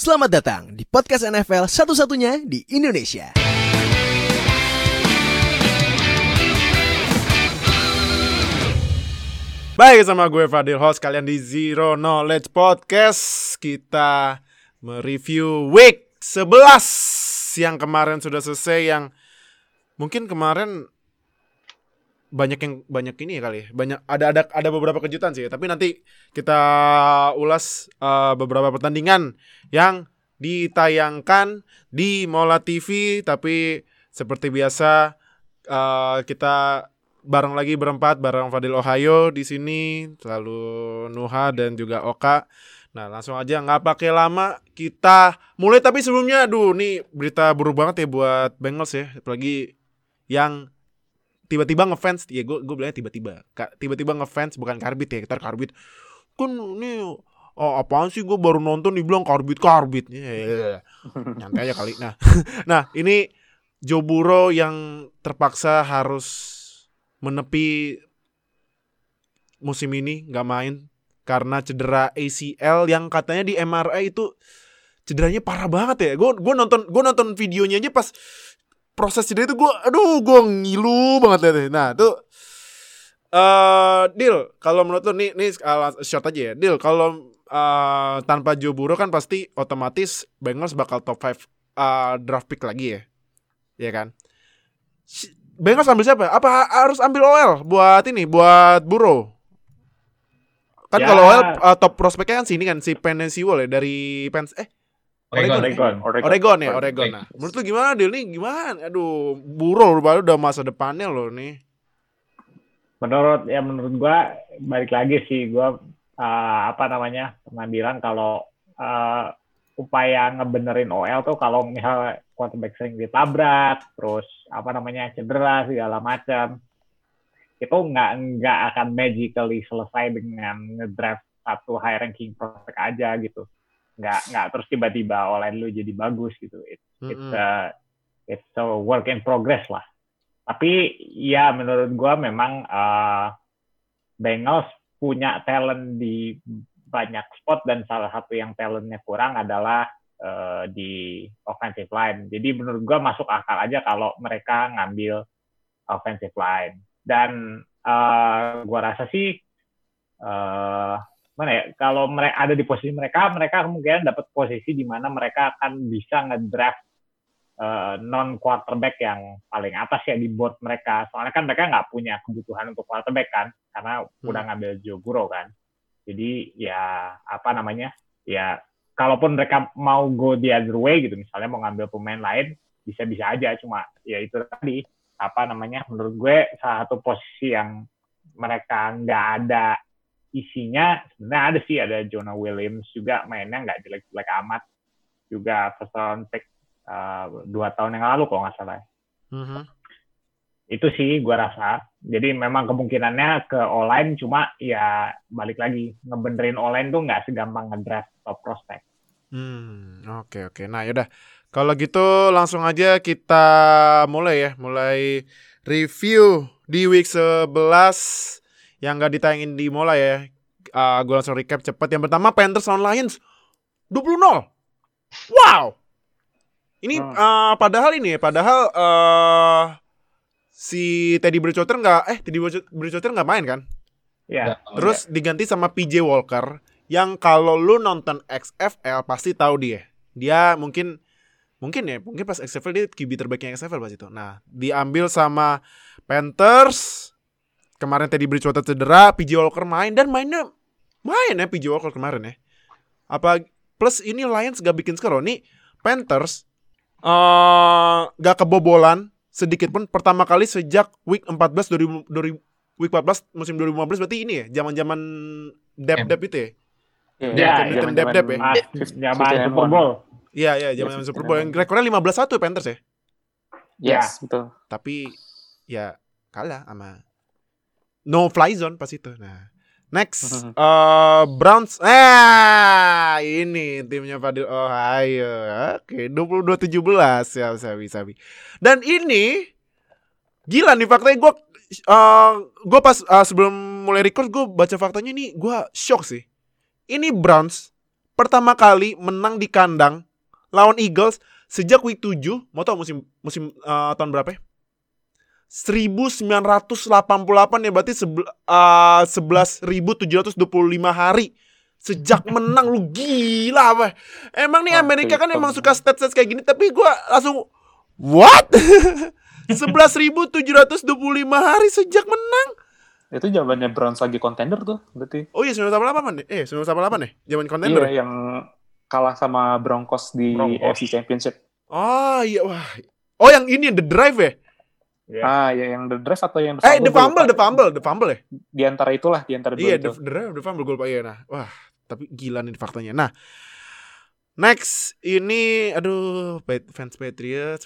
Selamat datang di podcast NFL satu-satunya di Indonesia. Baik, sama gue Fadil, host kalian di Zero Knowledge Podcast. Kita mereview week 11 yang kemarin sudah selesai, yang mungkin kemarin banyak ini kali ya. Ada beberapa kejutan sih, tapi nanti kita ulas beberapa pertandingan yang ditayangkan di Mola TV. Tapi seperti biasa kita bareng lagi berempat, bareng Fadil Ohio di sini, lalu Nuha dan juga Oka. Nah, langsung aja nggak pakai lama kita mulai. Tapi sebelumnya, nih berita buruk banget ya buat Bengals ya, apalagi yang tiba-tiba ngefans. Ya gue bilangnya tiba-tiba ngefans, bukan karbit ya. Kita karbit kan nih, apaan sih, gue baru nonton dibilang karbit ya. Nyantai aja kali. Nah ini Joe Burrow yang terpaksa harus menepi musim ini, nggak main karena cedera ACL yang katanya di MRI itu cederanya parah banget ya. Gue nonton videonya aja, pas proses cedera itu gue ngilu banget liatnya. Nah tuh Dil, kalau menurut lo nih short aja ya Dil, kalau tanpa Joe Burrow kan pasti otomatis Bengals bakal top 5 draft pick lagi ya, ya kan? Bengals ambil siapa? Apa harus ambil OL buat Burrow? Kan ya, kalau OL top prospeknya kan sini kan, si Penn Sewell ya dari Oregon. Nah, menurut lu gimana, Dil? Nih gimana? Aduh, Burrow baru udah masa depannya loh nih. Menurut gua balik lagi sih, gua pernah bilang kalau upaya ngebenerin OL tuh kalau misalnya quarterback sering ditabrak, terus cedera segala macam, itu nggak akan magically selesai dengan ngedraft satu high ranking prospect aja gitu. Nggak terus tiba-tiba OL lu jadi bagus gitu. It's a work in progress lah. Tapi ya menurut gua memang Bengals punya talent di banyak spot, dan salah satu yang talentnya kurang adalah di offensive line. Jadi menurut gua masuk akal aja kalau mereka ngambil offensive line. Dan gua rasa sih kalau mereka ada di posisi mereka kemungkinan dapat posisi di mana mereka akan bisa ngedraft non quarterback yang paling atas ya di board mereka. Soalnya kan mereka nggak punya kebutuhan untuk quarterback kan, karena udah ngambil Joe Burrow kan. Jadi ya kalaupun mereka mau go the other way gitu, misalnya mau ngambil pemain lain, bisa-bisa aja. Cuma ya itu tadi menurut gue salah satu posisi yang mereka nggak ada isinya. Sebenarnya ada Jonah Williams juga, mainnya nggak jelek-jelek amat, juga first round pick 2 tahun yang lalu kalau nggak salah. Itu sih gue rasa. Jadi memang kemungkinannya ke O-line, cuma ya balik lagi, ngebenerin O-line tuh nggak segampang ngedraft top prospect. Oke. Nah yaudah, kalau gitu langsung aja kita mulai review di week 11 yang gak ditayangin di Mola ya. Gue langsung recap cepat. Yang pertama, Panthers lawan Lions 20-0. Wow. Ini padahal si Teddy Bridgewater nggak main kan? Iya. Terus diganti sama PJ Walker, yang kalau lu nonton XFL pasti tahu dia. Dia mungkin pas XFL dia QB terbaiknya XFL pas itu. Nah, diambil sama Panthers. Kemarin Teddy Bridgewater cedera, PJ Walker mainnya PJ Walker kemarin ya. Plus ini Lions gak bikin skor. Nih Panthers gak kebobolan sedikit pun pertama kali sejak week 14 week 14 musim 2015. Berarti ini ya zaman Dep itu ya. Zaman Dep ya. Zaman Super Bowl. Iya, zaman Super Bowl yang rekornya 15-1 Panthers ya. Yes, betul. Tapi ya kalah sama no fly zone pas itu. Nah, next Browns. Ini timnya Fadil Ohio. Oke, 22-17 ya, sabi. Dan ini gila nih faktanya. Gue pas sebelum mulai record gue baca faktanya, ini gue shock sih. Ini Browns pertama kali menang di kandang lawan Eagles sejak week 7. Mau tau musim tahun berapa ya? 1988 ya, berarti 11.725 hari sejak menang. Lu gila apa? Emang nih Amerika kan emang suka stats kayak gini, tapi gue langsung what? 11.725 hari sejak menang. Itu zamannya Browns lagi contender tuh berarti. Oh iya 1988 nih. 1988 nih. Zaman contender. Iya, yang kalah sama Broncos di AFC Championship. Oh iya, wah. Oh yang ini The Drive ya? Ya yang The Drive atau yang The Fumble ya? Di antara itulah, di antara dua itu. Iya, The Fumble gue lupa ya. Nah, wah, tapi gila nih faktanya. Nah, next ini aduh, fans Patriots.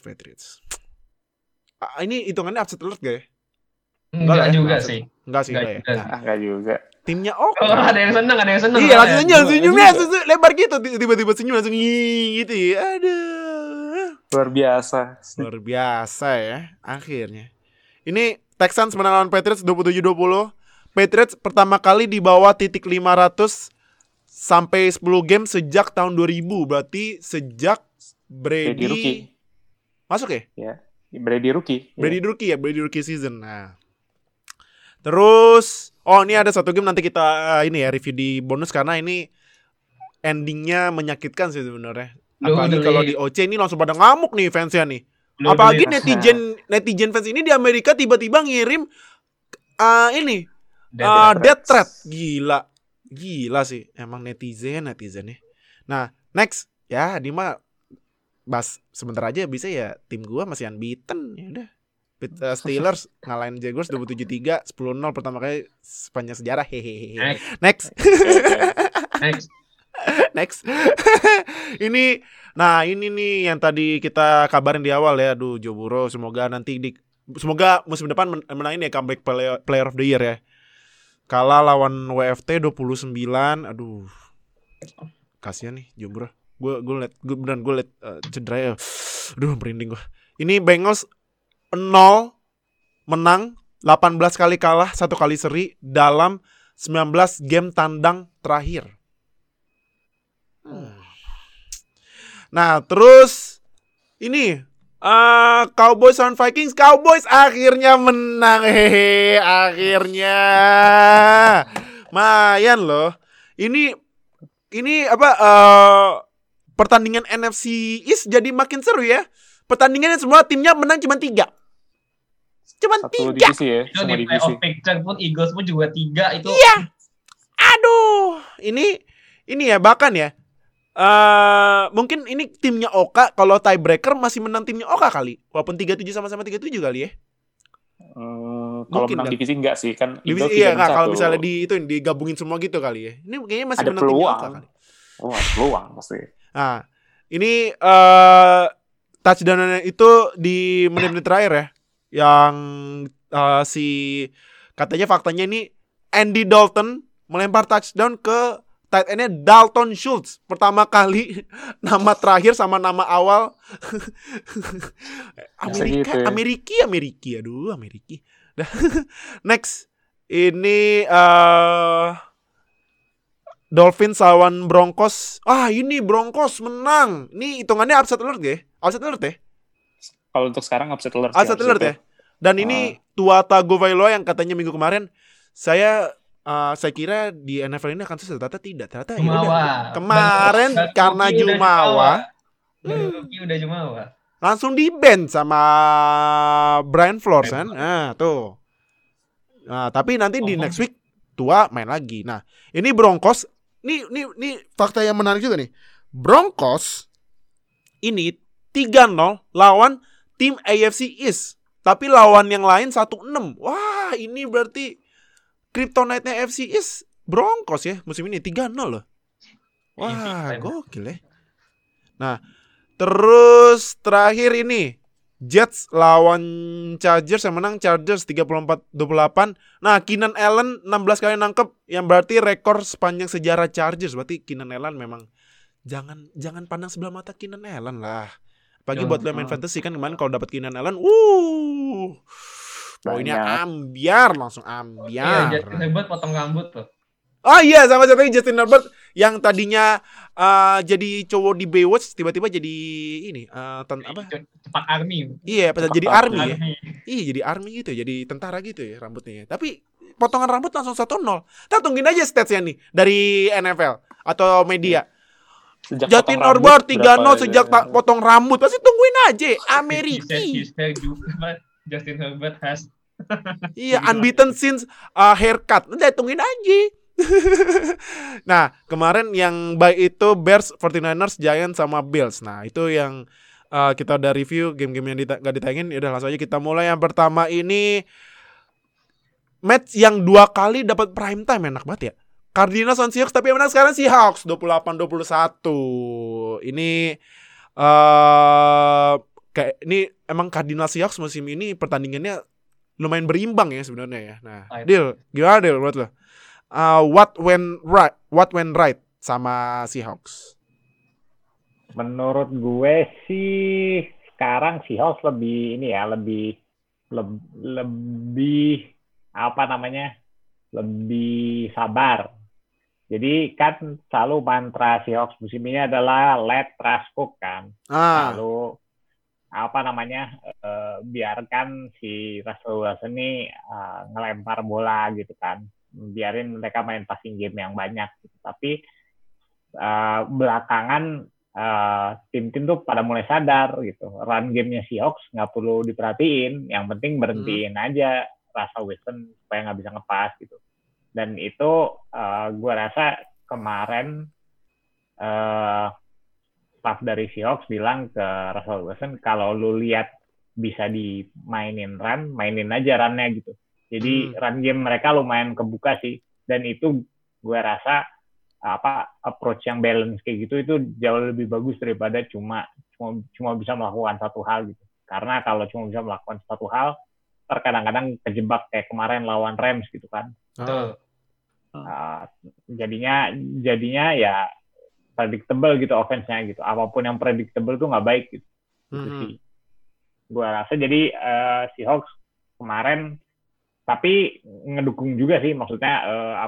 Ini hitungannya upset alert gak ya? Enggak juga sih. Enggak ya. Enggak juga. Timnya oke. Oh, ada yang seneng. Iya, langsung senyumnya lebar gitu, tiba-tiba senyum langsung gitu ya. Aduh. Luar biasa Ya, akhirnya. Ini Texans menang lawan Patriots 27-20. Patriots pertama kali di bawah titik 500 sampai 10 game sejak tahun 2000. Berarti sejak Brady rookie. Masuk ya? Ya. Brady rookie season. Nah. Terus ini ada satu game nanti kita ini ya review di bonus karena ini endingnya menyakitkan sih sebenarnya. Apalagi kalau di OC ini langsung pada ngamuk nih fansnya nih. Apalagi netizen fans ini di Amerika tiba-tiba ngirim death threat. Gila sih emang netizennya. Nah, next ya Dima bahas sebentar aja bisa ya, tim gua masih unbeaten ya udah. Steelers ngalahin Jaguars 27-3, 10-0 pertama kali sepanjang sejarah. Hehehe. Next. Ini nih yang tadi kita kabarin di awal ya. Aduh, Joe Burrow semoga musim depan menang ini ya, comeback player of the year ya. Kalah lawan WFT 29. Aduh. Kasihan nih Joe Burrow. Gue liat cedera ya. Aduh, merinding gue. Ini Bengals 0 menang, 18 kali kalah, 1 kali seri dalam 19 game tandang terakhir. Nah, terus ini Cowboys lawan Vikings. Cowboys akhirnya menang. Akhirnya. Mayan loh. Ini pertandingan NFC East jadi makin seru ya. Pertandingannya semua timnya menang cuma 3. Cuman 3. Divisi ya, itu di playoff picture pun Eagles pun juga 3 itu. Iya. Aduh, ini ya bahkan ya. Mungkin ini timnya Oka kalau tiebreaker masih menang timnya Oka kali. Walaupun 3-7 sama-sama 3-7 kali ya. Kalau menang divisi enggak sih kan. Divisi iya enggak, kalau misalnya digabungin semua gitu kali ya. Ini kayaknya masih ada menang timnya Oka kali. Oh, ada peluang pasti. Nah, ini touchdown itu di menit-menit terakhir ya. Yang katanya faktanya ini Andy Dalton melempar touchdown ke tight end-nya Dalton Schultz. Pertama kali nama terakhir sama nama awal Amerika. Aduh, Amerika. Next. Ini Dolphins lawan Broncos. Ini Broncos menang. Ini hitungannya upset alert ya? Upset alert ya? Kalau untuk sekarang upset alert ya. Dan ini Tua Tagovailoa yang katanya minggu kemarin saya kira di NFL ini akan susah, ternyata Jumawa. Kemarin karena Jumawa. Udah Jumawa. Langsung di-ban sama Brian Flores kan. Nah, tuh. Nah, tapi nanti di next week Tua main lagi. Nah, ini Broncos. Ini fakta yang menarik juga nih. Broncos ini 3-0 lawan tim AFC East. Tapi lawan yang lain 1-6. Wah, ini berarti kryptonite-nya AFC East Broncos ya musim ini 3-0 loh. Wah, gokil ya. Nah, terus terakhir ini Jets lawan Chargers yang menang Chargers 34-28. Nah, Keenan Allen 16 kali nangkep yang berarti rekor sepanjang sejarah Chargers. Berarti Keenan Allen memang jangan pandang sebelah mata Keenan Allen lah. Pagi buat lo main fantasy kan kemarin kalau dapat Keenan Allen, poinnya langsung ambiar. Iya, Jets hebat potong rambut tuh. Oh iya, sama satu lagi Justin Herbert yang tadinya jadi cowok di Baywatch tiba-tiba jadi ini apa? Cepak Army. Iya, pas jadi Cepak army ya. Army. Iya, jadi army gitu, jadi tentara gitu ya rambutnya. Tapi potongan rambut langsung 1-0. Kita tungguin aja statsnya nih dari NFL atau media. Sejak Justin potong Herbert rambut 3-0 berapa sejak ya? potong rambut. Pasti tungguin aja Amerika. He said juga Justin Herbert has. Iya, unbeaten since haircut. Udah tungguin aja. Nah, kemarin yang baik itu Bears, 49ers, Giants sama Bills. Nah, itu yang kita udah review game-game yang gak ditayangin. Yaudah langsung aja kita mulai. Yang pertama ini match yang 2 kali dapat prime time, enak banget ya. Cardinals on Seahawks, tapi yang menang sekarang Seahawks 28-21. Ini kayak ini emang Cardinals Seahawks musim ini pertandingannya lumayan berimbang ya sebenarnya ya. Nah, Dil, gimana Dil buat lo? What went right sama Seahawks? Menurut gue sih sekarang Seahawks lebih ini ya, lebih apa namanya? Lebih sabar. Jadi kan selalu mantra Seahawks musim ini adalah let Trash cook kan. Lalu apa namanya biarkan si Russell Wilson ini ngelempar bola gitu kan, biarin mereka main passing game yang banyak gitu. Tapi belakangan tim-tim tuh pada mulai sadar gitu, run game-nya Seahawks nggak perlu diperhatiin, yang penting berhentiin aja Russell Wilson supaya nggak bisa ngepas gitu. Dan itu gue rasa kemarin staff dari Seahawks bilang ke Russell Wilson, kalau lu lihat bisa dimainin run, mainin aja runnya gitu. Jadi run game mereka lumayan kebuka sih. Dan itu gue rasa approach yang balance kayak gitu itu jauh lebih bagus daripada cuma bisa melakukan satu hal gitu. Karena kalau cuma bisa melakukan satu hal, terkadang-kadang kejebak kayak kemarin lawan Rams gitu kan. Jadinya ya predictable gitu offense-nya gitu. Apapun yang predictable tuh nggak baik gitu. Gitu sih. Gue rasa jadi Seahawks kemarin, tapi ngedukung juga sih, maksudnya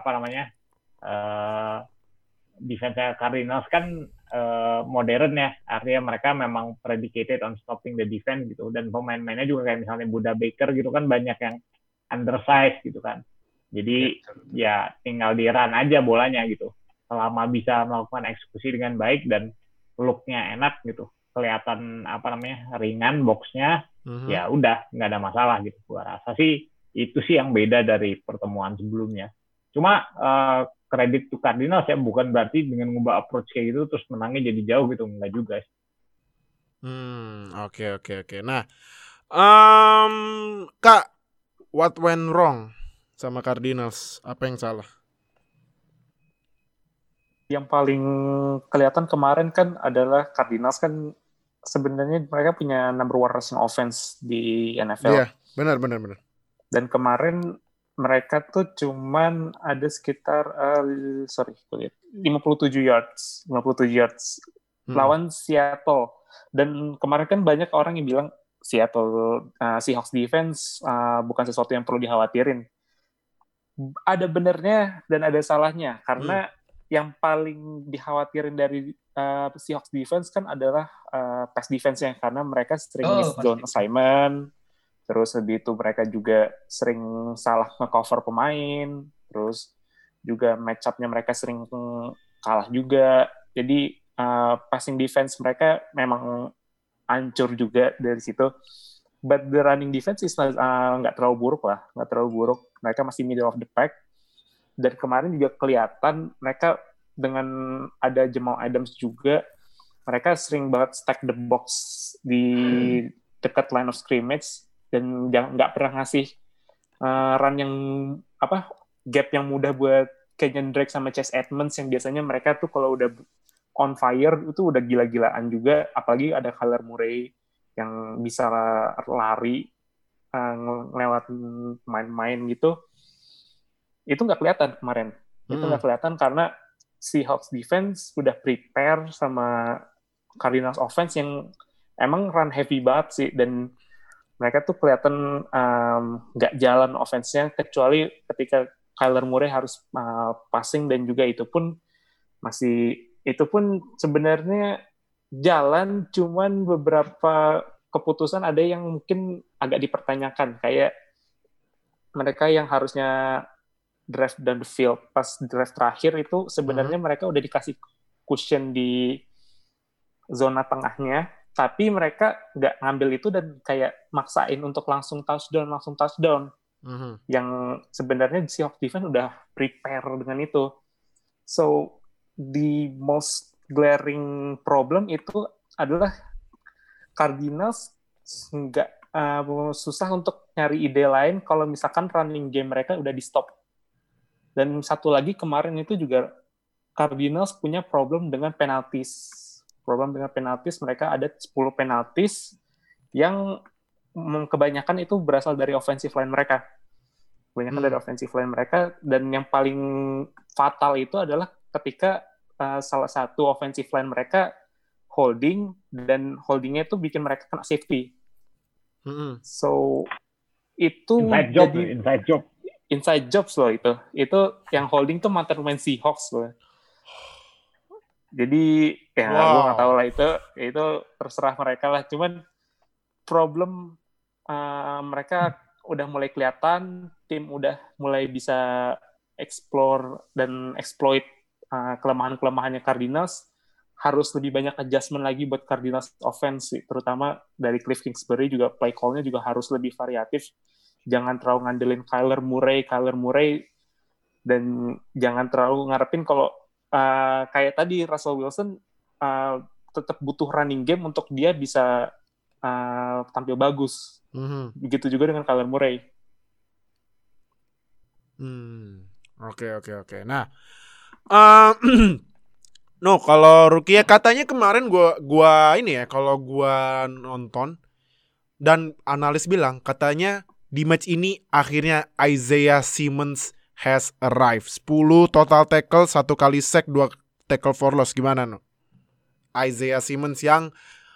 defense-nya Cardinals kan modern ya, artinya mereka memang predicated on stopping the defense gitu, dan pemain-pemainnya juga kayak misalnya Buda Baker gitu kan banyak yang undersized gitu kan, jadi ya tinggal di run aja bolanya gitu, selama bisa melakukan eksekusi dengan baik dan look-nya enak gitu, kelihatan ringan box-nya, ya udah nggak ada masalah gitu. Gua rasa sih itu sih yang beda dari pertemuan sebelumnya. Cuma kredit to Cardinals ya, bukan berarti dengan ngubah approach kayak gitu terus menangnya jadi jauh gitu, enggak juga sih. Oke. Nah, Kak, what went wrong sama Cardinals? Apa yang salah? Yang paling kelihatan kemarin kan adalah Cardinals kan sebenarnya mereka punya number one rushing offense di NFL. Iya, benar. Dan kemarin mereka tuh cuman ada sekitar 57 yards lawan Seattle. Dan kemarin kan banyak orang yang bilang Seattle Seahawks defense bukan sesuatu yang perlu dikhawatirin. Ada benernya dan ada salahnya, karena yang paling dikhawatirin dari Seahawks defense kan adalah pass defense-nya, karena mereka sering miss zone assignment. Terus lebih itu mereka juga sering salah nge-cover pemain. Terus juga match-up-nya mereka sering kalah juga. Jadi passing defense mereka memang hancur juga dari situ. But the running defense is nggak terlalu buruk lah. Nggak terlalu buruk. Mereka masih middle of the pack. Dan kemarin juga kelihatan mereka dengan ada Jamal Adams juga, mereka sering banget stack the box di dekat line of scrimmage. Dan nggak pernah ngasih run yang gap yang mudah buat Kenyan Drake sama Chase Edmonds, yang biasanya mereka tuh kalau udah on fire itu udah gila-gilaan juga, apalagi ada Kyler Murray yang bisa lari lewat main-main gitu. Itu nggak kelihatan kemarin. Itu nggak kelihatan karena Seahawks defense udah prepare sama Cardinals offense yang emang run heavy banget sih, dan mereka tuh kelihatan nggak jalan offense-nya, kecuali ketika Kyler Murray harus passing, dan juga itu pun sebenarnya jalan, cuman beberapa keputusan ada yang mungkin agak dipertanyakan, kayak mereka yang harusnya draft down the field pas draft terakhir itu sebenarnya mereka udah dikasih cushion di zona tengahnya, tapi mereka nggak ngambil itu dan kayak maksain untuk langsung touchdown. Yang sebenarnya Seahawks defense udah prepare dengan itu. So the most glaring problem itu adalah Cardinals nggak susah untuk nyari ide lain kalau misalkan running game mereka udah di stop. Dan satu lagi kemarin itu juga Cardinals punya problem dengan penalties. Mereka ada 10 penalties yang kebanyakan itu berasal dari offensive line mereka. Dan yang paling fatal itu adalah ketika salah satu offensive line mereka holding, dan holdingnya itu bikin mereka kena safety. So itu inside jobs loh itu yang holding tuh mantan pemain Seahawks loh. Jadi gue nggak tahu lah, itu terserah mereka lah. Cuman problem mereka udah mulai kelihatan, tim udah mulai bisa explore dan exploit kelemahan-kelemahannya Cardinals. Harus lebih banyak adjustment lagi buat Cardinals offense, terutama dari Cliff Kingsbury juga play call-nya juga harus lebih variatif. Jangan terlalu ngandelin Kyler Murray, dan jangan terlalu ngarepin kalau kayak tadi Russell Wilson tetap butuh running game untuk dia bisa tampil bagus. Begitu juga dengan Kyler Murray. Oke. Nah, kalau rookie katanya kemarin gua kalau gua nonton dan analis bilang katanya di match ini akhirnya Isaiah Simmons has arrived. 10 total tackle, 1 kali sack, 2 tackle for loss. Gimana, no? Isaiah Simmons yang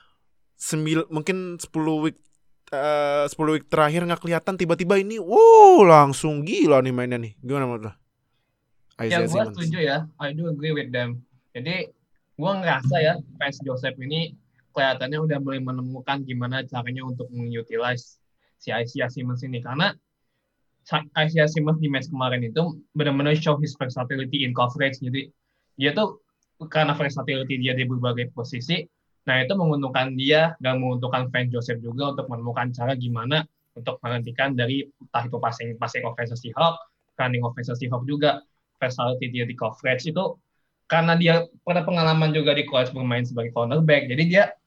mungkin 10 week terakhir nggak kelihatan, tiba-tiba ini langsung gila nih mainnya nih. Gimana menurut lo? Yang gue setuju ya, I do agree with them. Jadi gue ngerasa ya Vance Joseph ini kelihatannya udah mulai menemukan gimana caranya untuk mengutilize si Isaiah Simmons ini, karena Isaiah Simmons di match kemarin itu benar-benar show his versatility in coverage. Jadi dia tuh karena versatility dia di berbagai posisi, nah itu menguntungkan dia dan menguntungkan Vance Joseph juga untuk menemukan cara gimana untuk menghentikan dari entah itu passing offense Seahawks, running offense Seahawks juga. Versatility dia di coverage itu karena dia pada pengalaman juga di college bermain sebagai cornerback, jadi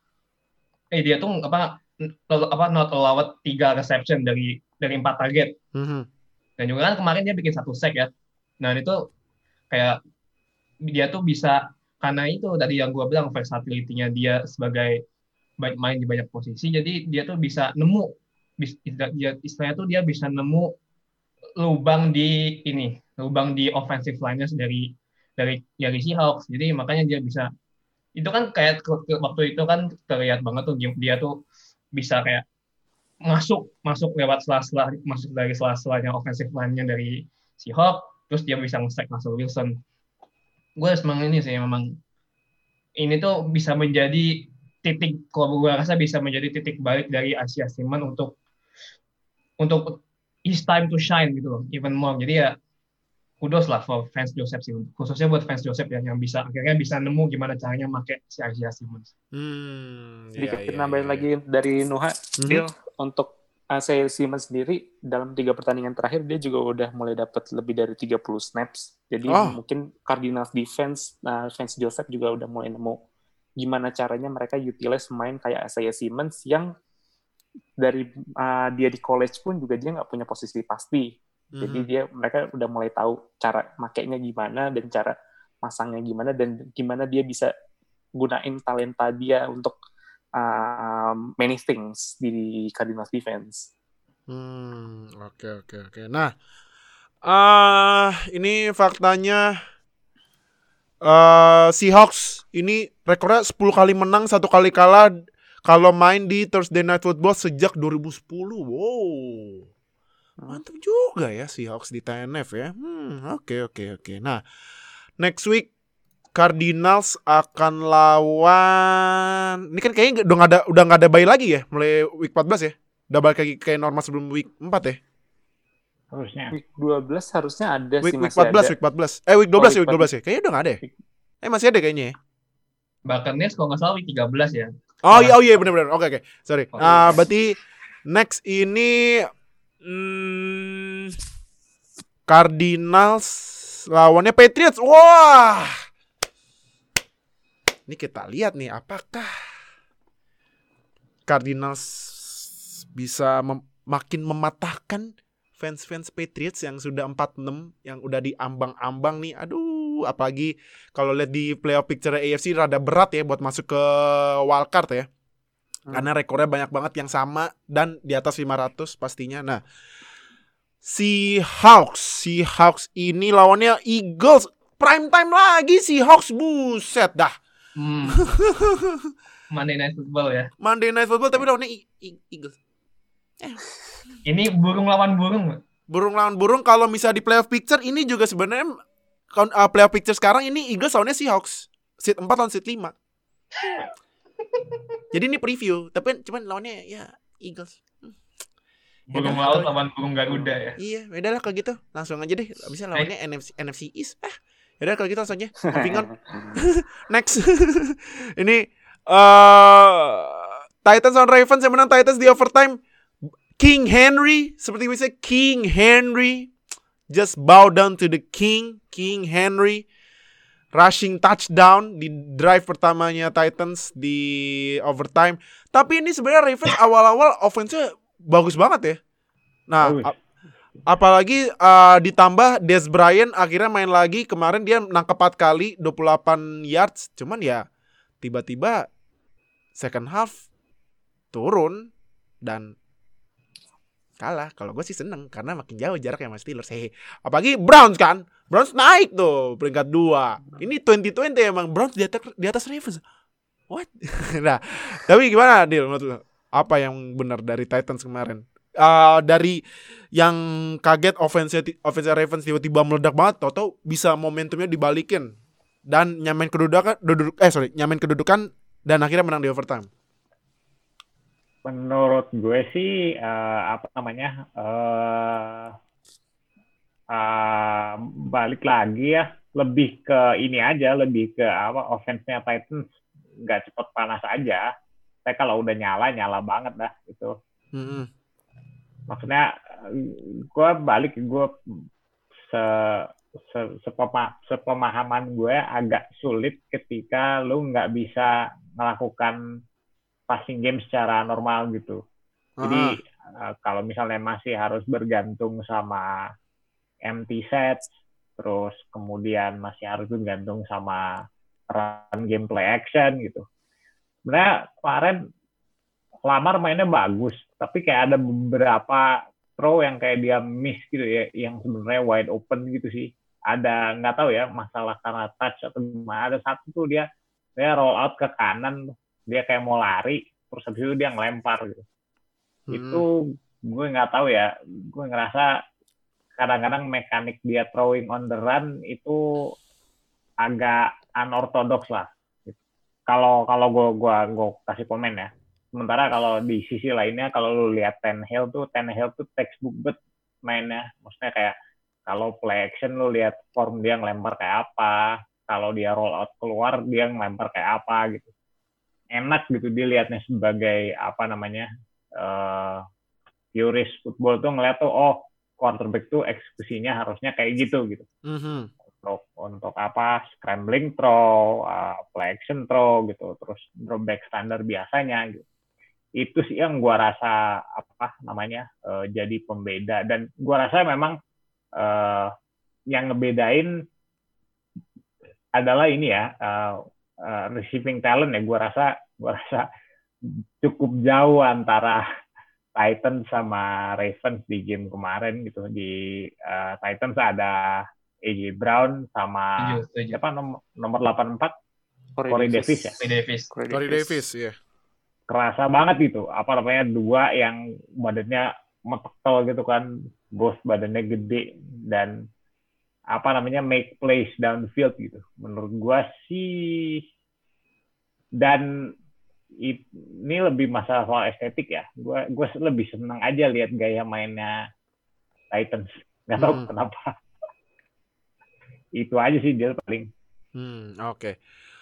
dia tuh not allowed 3 reception dari 4 target. Dan juga kan kemarin dia bikin 1 sack ya. Nah itu kayak dia tuh bisa, karena itu tadi yang gue bilang versatility-nya dia sebagai main di banyak posisi, jadi dia tuh bisa nemu, istilahnya tuh dia bisa nemu lubang di offensive line-nya dari Seahawks. Jadi makanya dia bisa, itu kan kayak waktu itu kan terlihat banget tuh dia tuh bisa kayak masuk lewat sela-sela, masuk dari sela-selanya offensive line-nya dari Seahawks, terus dia bisa nge-sack Russell Wilson. Gue memang ini sih, memang ini tuh bisa menjadi titik, kalau gue rasa bisa menjadi titik balik dari Isaiah Simmons untuk his time to shine gitu loh, even more. Jadi ya kudos lah for Vance Joseph sih, khususnya buat Vance Joseph ya, yang akhirnya bisa nemu gimana caranya pakai si Isaiah Simmons. Sedikit nambahin lagi dari Nuha, untuk Isaiah Simmons sendiri dalam 3 pertandingan terakhir dia juga udah mulai dapat lebih dari 30 snaps. Jadi mungkin Cardinals defense, Vance Joseph juga udah mulai nemu gimana caranya mereka utilize pemain kayak Isaiah Simmons yang dari dia di college pun juga dia nggak punya posisi pasti. Jadi mereka udah mulai tahu cara makainya gimana dan cara masangnya gimana, dan gimana dia bisa gunain talenta dia untuk many things di Cardinals defense. Oke. Nah, ini faktanya Seahawks ini rekornya 10 kali menang, 1 kali kalah kalau main di Thursday Night Football sejak 2010. Wow. Mantap juga ya Seahawks di TNF ya. Oke. Nah, next week Cardinals akan lawan. Ini kan kayaknya udah nggak ada bye lagi ya, mulai week 14 ya. Udah balik lagi kayak normal sebelum week 4 ya. Harusnya. Week 12 harusnya ada Week sih, masih 14, ada. week 14. Week 12 ya, week 12 ya. Kayaknya udah nggak ada ya. Masih ada kayaknya ya. Buccaneers kalau nggak salah week 13 ya. Oh iya benar. Oke. Sorry. Oh, Berarti next ini Cardinals lawannya Patriots. Wah. Ini kita lihat nih apakah Cardinals bisa makin mematahkan fans-fans Patriots yang sudah 4-6, yang udah diambang-ambang nih. Aduh, apalagi kalau lihat di playoff picture AFC rada berat ya buat masuk ke wildcard ya. Karena rekornya banyak banget yang sama dan di atas 500 pastinya. Nah, Seahawks ini lawannya Eagles. Prime time lagi Seahawks, buset dah. Monday Night Football ya. Monday Night Football tapi lawannya Eagles. Ini burung lawan burung. Burung lawan burung. Kalau misalnya di playoff picture ini juga sebenarnya playoff picture sekarang ini Eagles lawannya Seahawks. Seat 4 lawan seat 5. Jadi ini preview, tapi cuman lawannya ya Eagles. Burung laut lawan burung Garuda ya. Iya, beda lah kalau gitu. Langsung aja deh. Abisnya lawannya NFC East. Yaudah kalau gitu langsung aja. Moving on. Next. Ini Titans on Ravens yang menang Titans di overtime. King Henry, seperti bisa King Henry just bow down to the King Henry rushing touchdown di drive pertamanya Titans di overtime. Tapi ini sebenarnya Ravens awal-awal offense-nya bagus banget ya. Nah, apalagi ditambah Dez Bryant akhirnya main lagi. Kemarin dia nangkep 4 kali 28 yards. Cuman ya tiba-tiba second half turun dan kalah. Kalau gue sih seneng karena makin jauh jaraknya sama Steelers. Apalagi Browns kan. Browns naik tuh peringkat 2. Ini 2020 emang Browns di atas Ravens. What? Nah, tapi gimana Dil menurut lo? Apa yang benar dari Titans kemarin? Dari yang kaget offense Ravens tiba-tiba meledak banget, tau-tau bisa momentumnya dibalikin dan nyamain kedudukan dan akhirnya menang di overtime. Menurut gue sih balik lagi ya, lebih ke ini aja, lebih ke offense-nya Titans nggak cepet panas aja. Saya kalau udah nyala banget dah itu. Maksudnya gue sepemahaman gue agak sulit ketika lu nggak bisa melakukan passing game secara normal gitu. Jadi kalau misalnya masih harus bergantung sama empty sets, terus kemudian masih harus bergantung sama run game play action gitu. Sebenarnya kemarin Lamar mainnya bagus, tapi kayak ada beberapa throw yang kayak dia miss gitu ya, yang sebenarnya wide open gitu sih. Ada nggak tahu ya masalah karena touch atau gimana. Ada satu tuh dia roll out ke kanan, dia kayak mau lari, terus habis itu dia ngelempar gitu. Itu gue nggak tahu ya, gue ngerasa kadang-kadang mekanik dia throwing on the run itu agak unorthodox lah. Kalau gue kasih komen ya. Sementara kalau di sisi lainnya, kalau lu lihat Tannehill tuh textbook bet mainnya. Maksudnya kayak kalau play action lu lihat form dia ngelempar kayak apa, kalau dia roll out keluar dia ngelempar kayak apa gitu. Enak gitu dilihatnya sebagai purist football tuh ngeliat tuh quarterback tuh eksekusinya harusnya kayak gitu. Untuk scrambling throw, play action throw gitu, terus drop back standar biasanya gitu. Itu sih yang gua rasa jadi pembeda, dan gua rasa memang yang ngebedain adalah ini ya, receiving talent ya. Gua rasa cukup jauh antara Titans sama Ravens di game kemarin gitu. Di Titans ada AJ Brown sama siapa nomor 84 Corey Davis ya. Corey Davis ya. Kerasa banget gitu. Dua yang badannya metekel gitu kan. both badannya gede dan make plays down the field gitu. Menurut gue sih, dan ini lebih masalah soal estetik ya. Gue lebih senang aja lihat gaya mainnya Titans. Nggak tahu kenapa. Itu aja sih dia paling. Oke.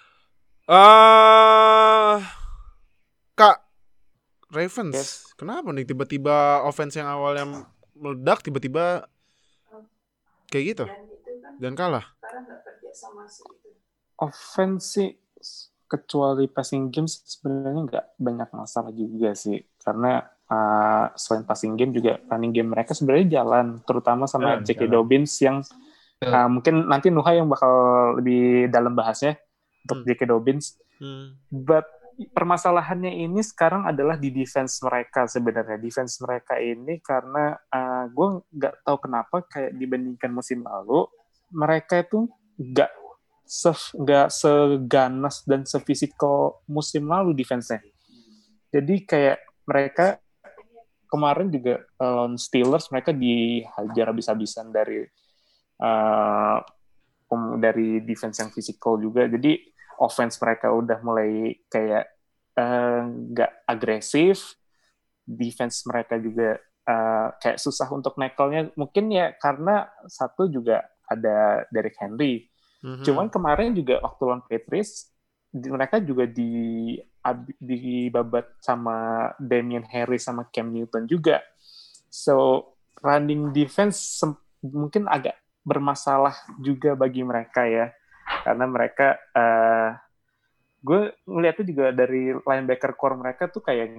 Kak, Ravens, kenapa nih tiba-tiba offense yang awalnya meledak tiba-tiba kayak gitu dan kalah? Offense sih kecuali passing game sebenarnya nggak banyak masalah juga sih, karena selain passing game juga running game mereka sebenarnya jalan, terutama sama J.K. Dobbins yang mungkin nanti Nuha yang bakal lebih dalam bahasnya untuk J.K. Dobbins. But permasalahannya ini sekarang adalah di defense mereka sebenarnya. Defense mereka ini karena gue nggak tahu kenapa kayak dibandingkan musim lalu mereka itu nggak seganas dan sefisikal musim lalu defense-nya. Jadi kayak mereka kemarin juga lawan Steelers mereka dihajar habis-habisan dari defense yang fisikal juga. Jadi offense mereka udah mulai kayak nggak agresif. Defense mereka juga kayak susah untuk nekelnya. Mungkin ya karena satu juga ada Derrick Henry. Cuman kemarin juga waktu lawan Patriots mereka juga dibabat sama Damian Harris sama Cam Newton juga. So running defense mungkin agak bermasalah juga bagi mereka ya, karena mereka gue ngeliatnya juga dari linebacker core mereka tuh kayak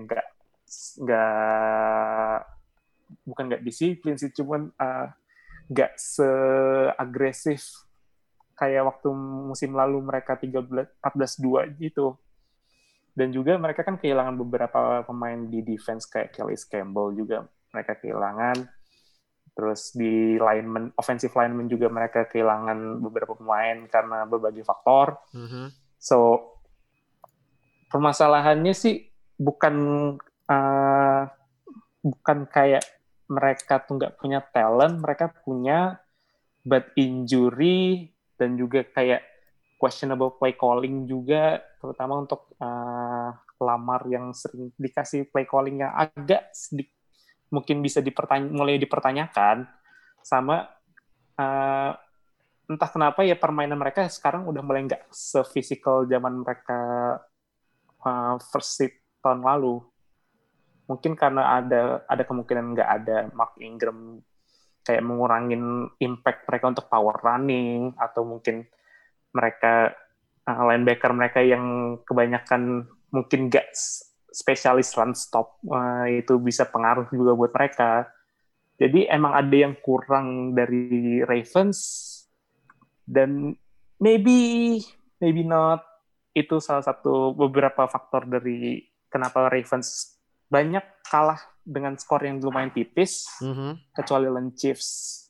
nggak disiplin sih, cuman nggak seagresif kayak waktu musim lalu mereka 14-2 gitu. Dan juga mereka kan kehilangan beberapa pemain di defense kayak Calais Campbell juga mereka kehilangan. Terus di offensive lineman juga mereka kehilangan beberapa pemain karena berbagai faktor. So permasalahannya sih bukan kayak mereka tuh nggak punya talent, mereka punya bad injury dan juga kayak questionable play calling juga, terutama untuk Lamar yang sering dikasih play calling yang agak mungkin bisa mulai dipertanyakan, sama entah kenapa ya permainan mereka sekarang udah mulai nggak se-physical zaman mereka first seed tahun lalu. Mungkin karena ada kemungkinan nggak ada Mark Ingram kayak mengurangin impact mereka untuk power running, atau mungkin mereka linebacker mereka yang kebanyakan mungkin nggak spesialis run stop, itu bisa pengaruh juga buat mereka. Jadi emang ada yang kurang dari Ravens, dan maybe not itu salah satu beberapa faktor dari kenapa Ravens banyak kalah dengan skor yang lumayan tipis, kecuali lawan Chiefs.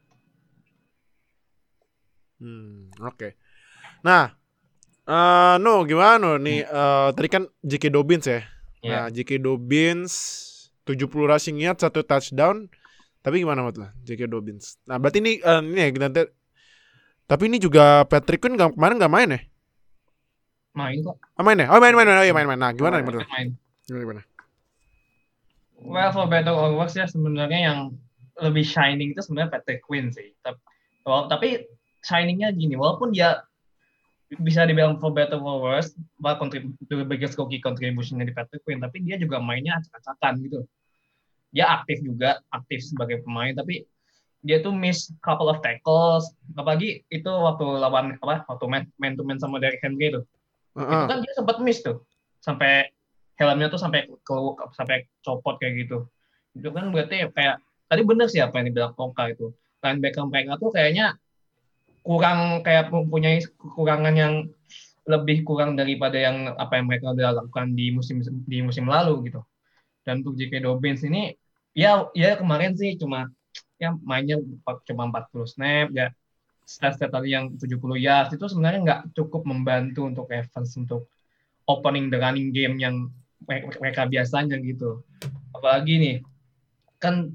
Oke. Nah, gimana nih? Tadi kan J.K. Dobbins ya. Nah, J.K. Dobbins 70 rushing yard, 1 touchdown. Tapi gimana menurut lo J.K. Dobbins? Nah, berarti ini ya nanti. Tapi ini juga Patrick Quinn kemarin nggak main ya? Main kok. Main ya? Oh, main. Nah, gimana menurut lo? Gimana? Well, for better or worse ya, sebenarnya yang lebih shining itu sebenarnya Patrick Quinn sih. Tapi shiningnya gini, walaupun dia bisa dibilang for better or worse, the biggest rookie contribution-nya di Patrick Quinn, tapi dia juga mainnya acak-acakan gitu. Dia aktif sebagai pemain, tapi dia tuh miss couple of tackles, apalagi itu waktu lawan waktu man to man sama Derrick Henry tuh. Itu kan dia sempat miss tuh, sampai helmnya tuh sampai copot kayak gitu. Itu kan berarti kayak tadi bener sih apa yang dibilang Oka itu. Linebacker mereka tuh kayaknya kurang, kayak mempunyai kekurangan yang lebih kurang daripada yang apa yang mereka udah lakukan di musim lalu gitu. Dan untuk J.K. Dobbins ini ya kemarin sih cuma ya mainnya cuma 40 snap ya. Stat tadi yang 70 yards itu sebenarnya nggak cukup membantu untuk Evans untuk opening the running game yang mereka biasanya gitu. Apalagi nih, kan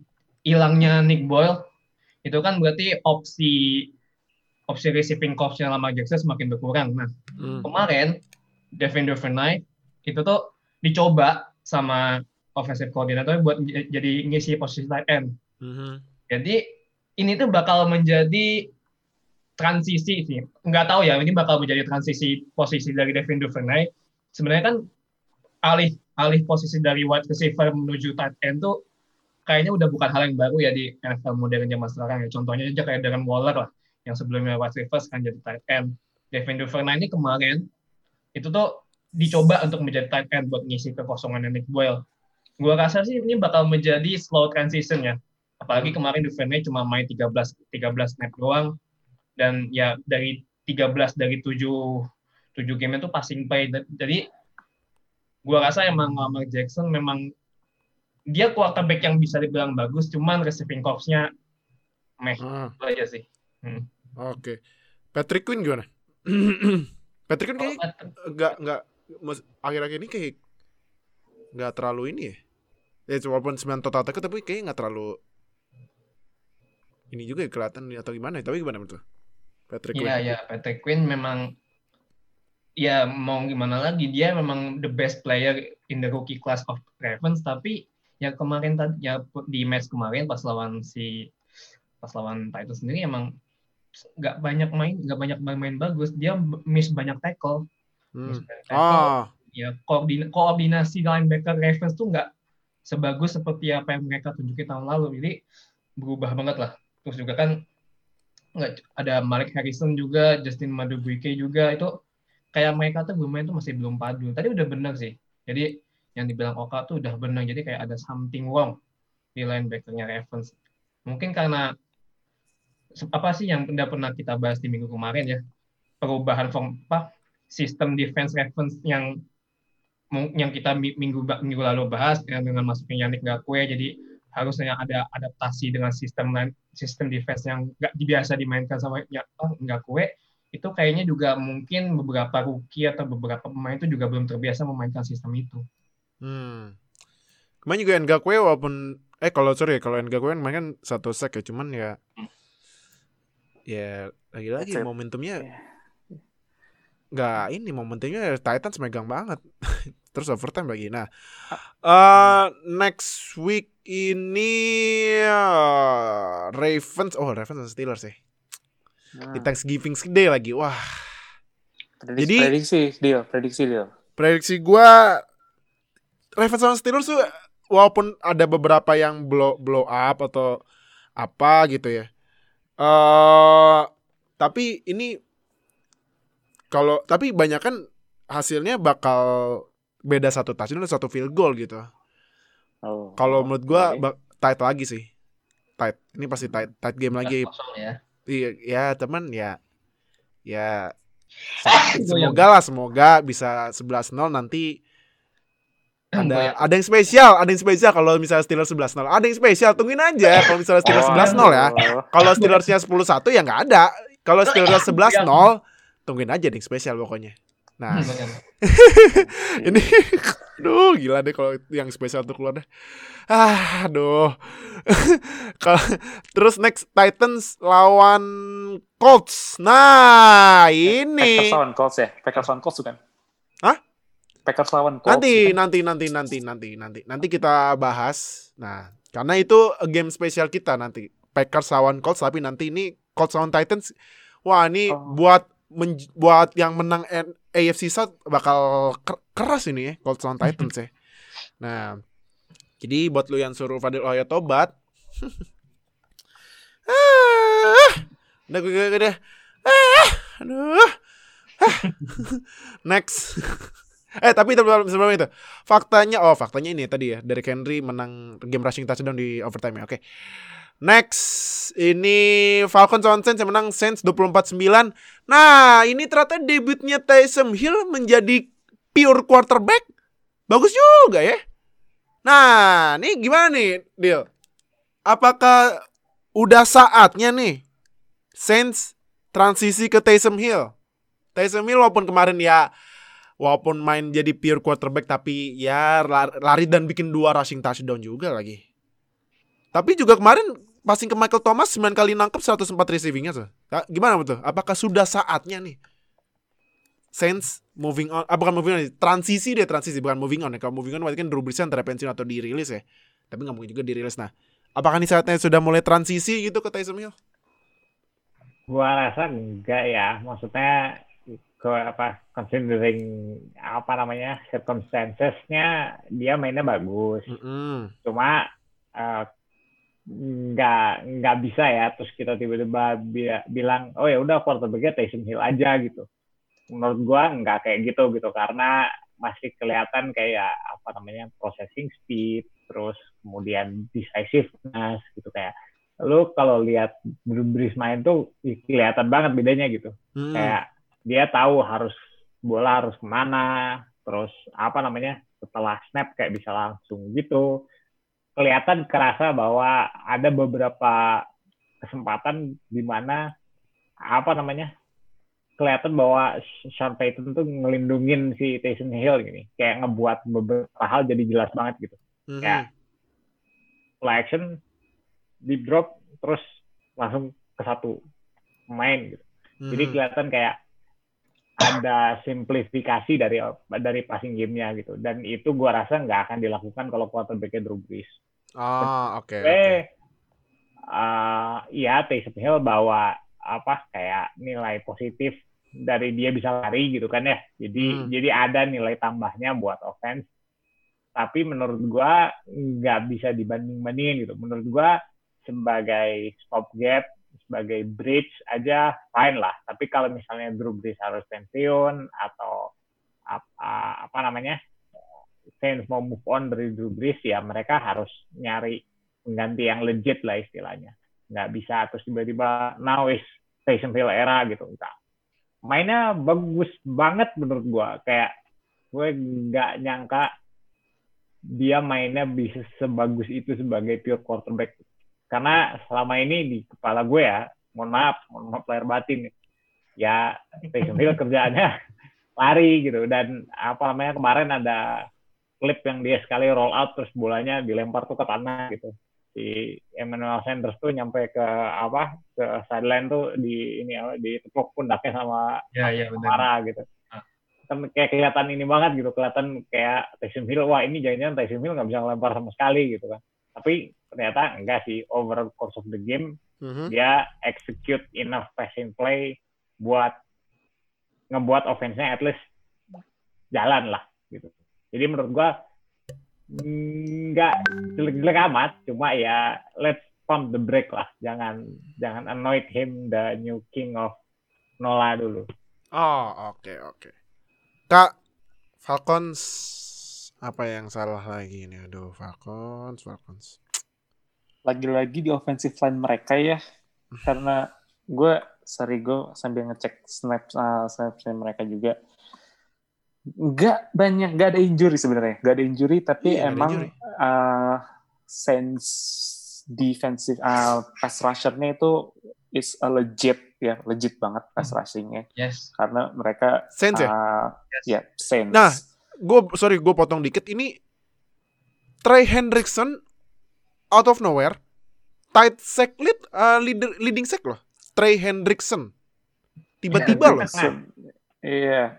hilangnya Nick Boyle itu kan berarti opsi receiving corps-nya Lamar Jackson semakin berkurang. Nah, kemarin Devin Duvernay itu tuh dicoba sama offensive coordinator buat jadi ngisi posisi tight end. Jadi ini tuh bakal menjadi transisi sih. Nggak tahu ya, ini bakal menjadi transisi posisi dari Devin Duvernay. Sebenarnya kan alih posisi dari wide receiver menuju tight end tuh kayaknya udah bukan hal yang baru ya di NFL modern zaman sekarang ya. Contohnya aja kayak Darren Waller lah, yang sebelumnya wide receiver kan jadi tight end. Devin Duvernay ini kemarin itu tuh dicoba untuk menjadi tight end buat ngisi kekosongan Nick Boyle. Gua rasa sih ini bakal menjadi slow transition ya. Apalagi kemarin Duvernay cuma main 13 snap doang, dan ya dari 13 dari 7 game itu passing play. Jadi gua rasa emang Lamar Jackson memang dia quarterback yang bisa dibilang bagus, cuman receiving corps-nya itu aja sih. Oke. Patrick Quinn gimana? Patrick Quinn kayak enggak akhir-akhir ini kayak enggak terlalu ini ya. Ya walaupun 9 total tackle tapi kayaknya enggak terlalu ini juga ya, kelihatan atau gimana. Tapi gimana menurut lo? Patrick Quinn. Iya, Patrick Quinn memang ya mau gimana lagi, dia memang the best player in the rookie class of Ravens, tapi ya kemarin ya di match kemarin pas lawan Titans sendiri emang nggak banyak main bagus, dia miss banyak tackle. Ya koordinasi linebacker Ravens tuh nggak sebagus seperti apa yang mereka tunjukin tahun lalu, jadi berubah banget lah. Terus juga kan nggak ada Malik Harrison juga, Justin Madubuike juga, itu kayak mereka tuh bermain tuh masih belum padu. Tadi udah benar sih, jadi yang dibilang Oka tuh udah benar, jadi kayak ada something wrong di linebackernya Ravens. Mungkin karena apa sih yang udah pernah kita bahas di minggu kemarin ya, perubahan sistem defense Ravens yang kita minggu lalu bahas dengan masuknya Yannick Ngakoue, jadi harusnya ada adaptasi dengan sistem defense yang nggak biasa dimainkan sama Ngakoue. Itu kayaknya juga mungkin beberapa rookie atau beberapa pemain itu juga belum terbiasa memainkan sistem itu. Kemarin juga Ngakoue walaupun kalau Ngakoue main kan 1 sack ya, cuman ya lagi-lagi momentumnya nggak ini, momentumnya Titans megang banget. Terus overtime lagi. Nah, next week ini Ravens dan Steelers ya. Di Thanksgiving Day lagi. Wah. Prediksi deal. Prediksi gue Ravens sama Steelers tuh walaupun ada beberapa yang blow up atau apa gitu ya. Tapi ini tapi banyak kan hasilnya bakal beda 1 touchdown dan 1 field goal gitu. Kalau menurut gue tight lagi sih. Tight. Ini pasti tight game lagi. Iya, teman ya. Semoga bisa 11-0 nanti. Ada yang spesial kalau misalnya Steelers 11-0. Ada yang spesial, tungguin aja kalau misalnya Steelers 11-0 ya. Kalau Steelersnya 10-1 ya enggak ada. Kalau Steelers 11-0, tungguin aja yang spesial pokoknya. Nah. Ini gila deh kalau yang spesial tuh keluar deh. Terus next Titans lawan Colts. Nah, ini Packers lawan Colts kan? Hah? Packers lawan Colts. Nanti kita bahas. Nah, karena itu game spesial kita nanti. Packers lawan Colts, tapi nanti ini Colts lawan Titans. Wah, ini buat yang menang AFC South bakal keras ini ya, Colts lawan Titans ya. Nah, jadi buat lu yang suruh Fadil Ohio tobat. Udah. Next. Tapi sebelum itu, faktanya ini tadi ya, Derrick Henry menang game rushing touchdown di overtime ya. Oke. Next, ini Falcons lawan Saints yang menang Saints 24-9. Nah, ini ternyata debutnya Taysom Hill menjadi pure quarterback. Bagus juga ya. Nah, nih gimana nih, Dil? Apakah udah saatnya nih Saints transisi ke Taysom Hill? Taysom Hill walaupun kemarin walaupun main jadi pure quarterback, tapi ya lari dan bikin 2 rushing touchdown juga lagi. Tapi juga kemarin passing ke Michael Thomas 9 kali nangkep 104 receivingnya tuh. Gimana betul? Apakah sudah saatnya nih Saints moving on, bukan moving on, transisi bukan moving on ya. Kalau moving on berarti kan Drew Brees antara pensiun atau dirilis ya. Tapi nggak mungkin juga dirilis. Nah, apakah ini saatnya sudah mulai transisi gitu ke Taysom Hill? Gua rasa enggak ya. Maksudnya considering circumstances-nya dia mainnya bagus. Cuma nggak bisa ya terus kita tiba-tiba bilang oh ya udah quarterback-nya Taysom Hill aja gitu. Menurut gua nggak kayak gitu karena masih kelihatan kayak processing speed, terus kemudian decisiveness gitu. Kayak lu kalau lihat Drew Brees main tuh kelihatan banget bedanya gitu. Kayak dia tahu bola harus kemana, terus setelah snap kayak bisa langsung gitu. Kelihatan kerasa bahwa ada beberapa kesempatan di mana kelihatan bahwa Sean Payton tuh ngelindungin si Taysom Hill gini, kayak ngebuat beberapa hal jadi jelas banget gitu. Kayak play action, deep drop, terus langsung ke satu main gitu. Jadi kelihatan kayak ada simplifikasi dari passing game-nya gitu. Dan itu gua rasa nggak akan dilakukan kalau quarterback-nya Drew Brees. Oke. Iya, Taysom Hill bawa kayak nilai positif dari dia bisa lari gitu kan ya. Jadi ada nilai tambahnya buat offense. Tapi menurut gua nggak bisa dibanding-bandingin gitu. Menurut gua sebagai stopgap, sebagai bridge aja fine lah. Tapi kalau misalnya Drew Brees harus pensiun atau Saints mau move on dari Drew Brees, ya mereka harus nyari pengganti yang legit lah istilahnya. Nggak bisa terus tiba-tiba now is Taysom Hill era gitu. Enggak. Mainnya bagus banget menurut gue. Kayak gue nggak nyangka dia mainnya bisa sebagus itu sebagai pure quarterback. Karena selama ini di kepala gue ya, mohon maaf lahir batin, ya Taysom Hill kerjaannya lari gitu. Dan kemarin ada klip yang dia sekali roll out terus bolanya dilempar tuh ke tanah gitu. Si Emmanuel Sanders tuh nyampe ke sideline tuh ditepuk pundaknya sama Kamara gitu. Kan kayak kelihatan ini banget gitu, kelihatan kayak Taysom Hill, wah ini jangan-jangan Taysom Hill nggak bisa ngelempar sama sekali gitu kan. Tapi ternyata enggak sih, over course of the game dia execute enough passing play buat ngebuat offense-nya at least jalan lah gitu. Jadi menurut gua nggak jelek-jelek amat, cuma ya let's pump the brake lah, jangan anoint him the new king of Nola dulu. Oke. Kak, Falcons apa yang salah lagi nih? Aduh, Falcons. Lagi-lagi di offensive line mereka ya, karena gue sambil ngecek snap mereka juga. Nggak ada injury sebenarnya. Nggak ada injury, tapi emang Saints defensive pass rusher-nya itu is a legit banget pass rushing-nya. Yes. Karena mereka Saints ya? Saints. Nah, gue potong dikit. Ini Trey Hendrickson out of nowhere tight sack leading sack loh. Trey Hendrickson tiba-tiba loh. Iya.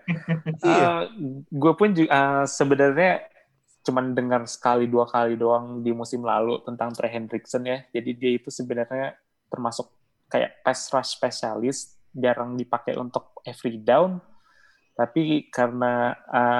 Gue pun sebenarnya cuman dengar sekali dua kali doang di musim lalu tentang Trey Hendrickson ya. Jadi dia itu sebenarnya termasuk kayak pass rush specialist, jarang dipakai untuk every down. Tapi karena